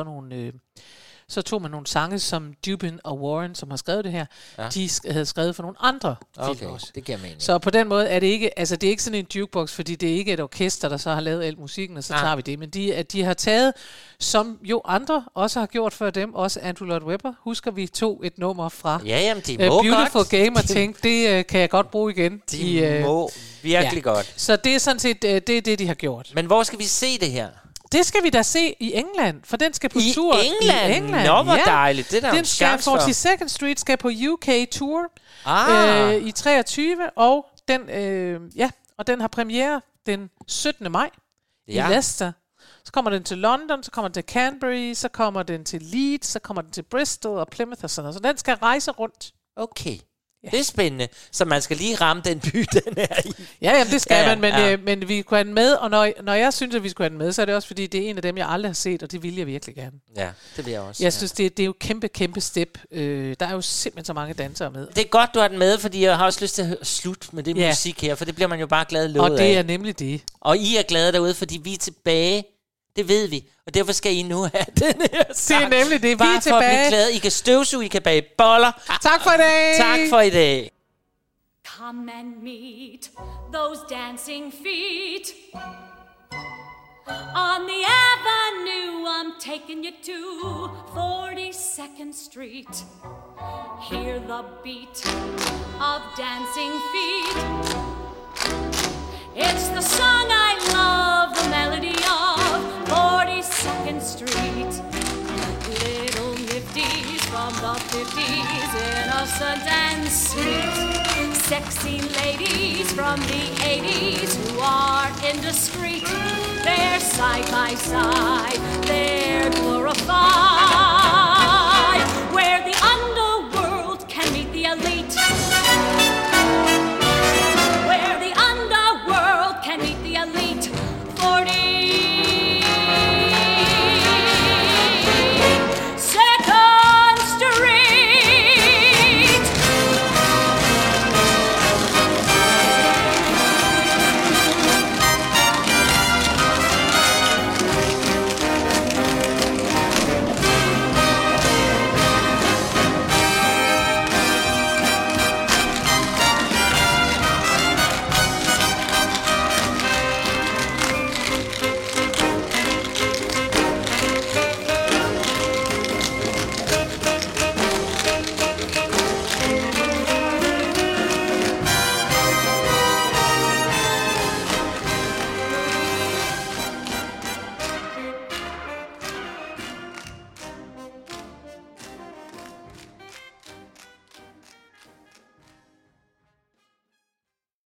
nogle sange, som Dubin og Warren, som har skrevet det her, de havde skrevet for nogle andre film også. Det giver mening. Så på den måde er det ikke, altså det er ikke sådan en jukebox, fordi det er ikke et orkester, der så har lavet al musikken, og så tager vi det. Men de har taget, som jo andre også har gjort før dem, også Andrew Lloyd Webber, husker vi tog et nummer fra Beautiful Game og tænkte, det kan jeg godt bruge igen. De må virkelig godt. Så det er sådan set det, de har gjort. Men hvor skal vi se det her? Det skal vi da se i England, for den skal på tur. I England? Nå, hvor dejligt. Det der den skal 42nd Street skal på UK Tour i 23, og den har premiere den 17. maj i Leicester. Så kommer den til London, så kommer den til Canterbury, så kommer den til Leeds, så kommer den til Bristol og Plymouth og sådan noget. Så den skal rejse rundt. Okay. Ja. Det er spændende. Så man skal lige ramme den by, den er i. Ja, jamen, det skal man, men vi kunne have den med, og når jeg synes, at vi skulle have den med, så er det også, fordi det er en af dem, jeg aldrig har set, og det vil jeg virkelig gerne. Ja, det vil jeg også. Jeg synes, det er jo kæmpe step. Der er jo simpelthen så mange dansere med. Det er godt, du har den med, fordi jeg har også lyst til at høre slut med det musik her, for det bliver man jo bare glad lovet af. Og det er nemlig det. Og I er glade derude, fordi vi er tilbage. Det ved vi, og derfor skal I nu have den her sang. Det er nemlig det, vi bare er tilbage. Bare for at blive glade. I kan støvsuge, I kan bage boller. Tak for i dag. Tak for i dag. Come and meet those dancing feet on the avenue. I'm taking you to 42nd Street. Hear the beat of dancing feet. It's the song I love, the melody of 42nd Street. Little nifties from the 50s, innocent and sweet. Sexy ladies from the 80s who are indiscreet. They're side by side, they're glorified. Where the underworld can meet the elite.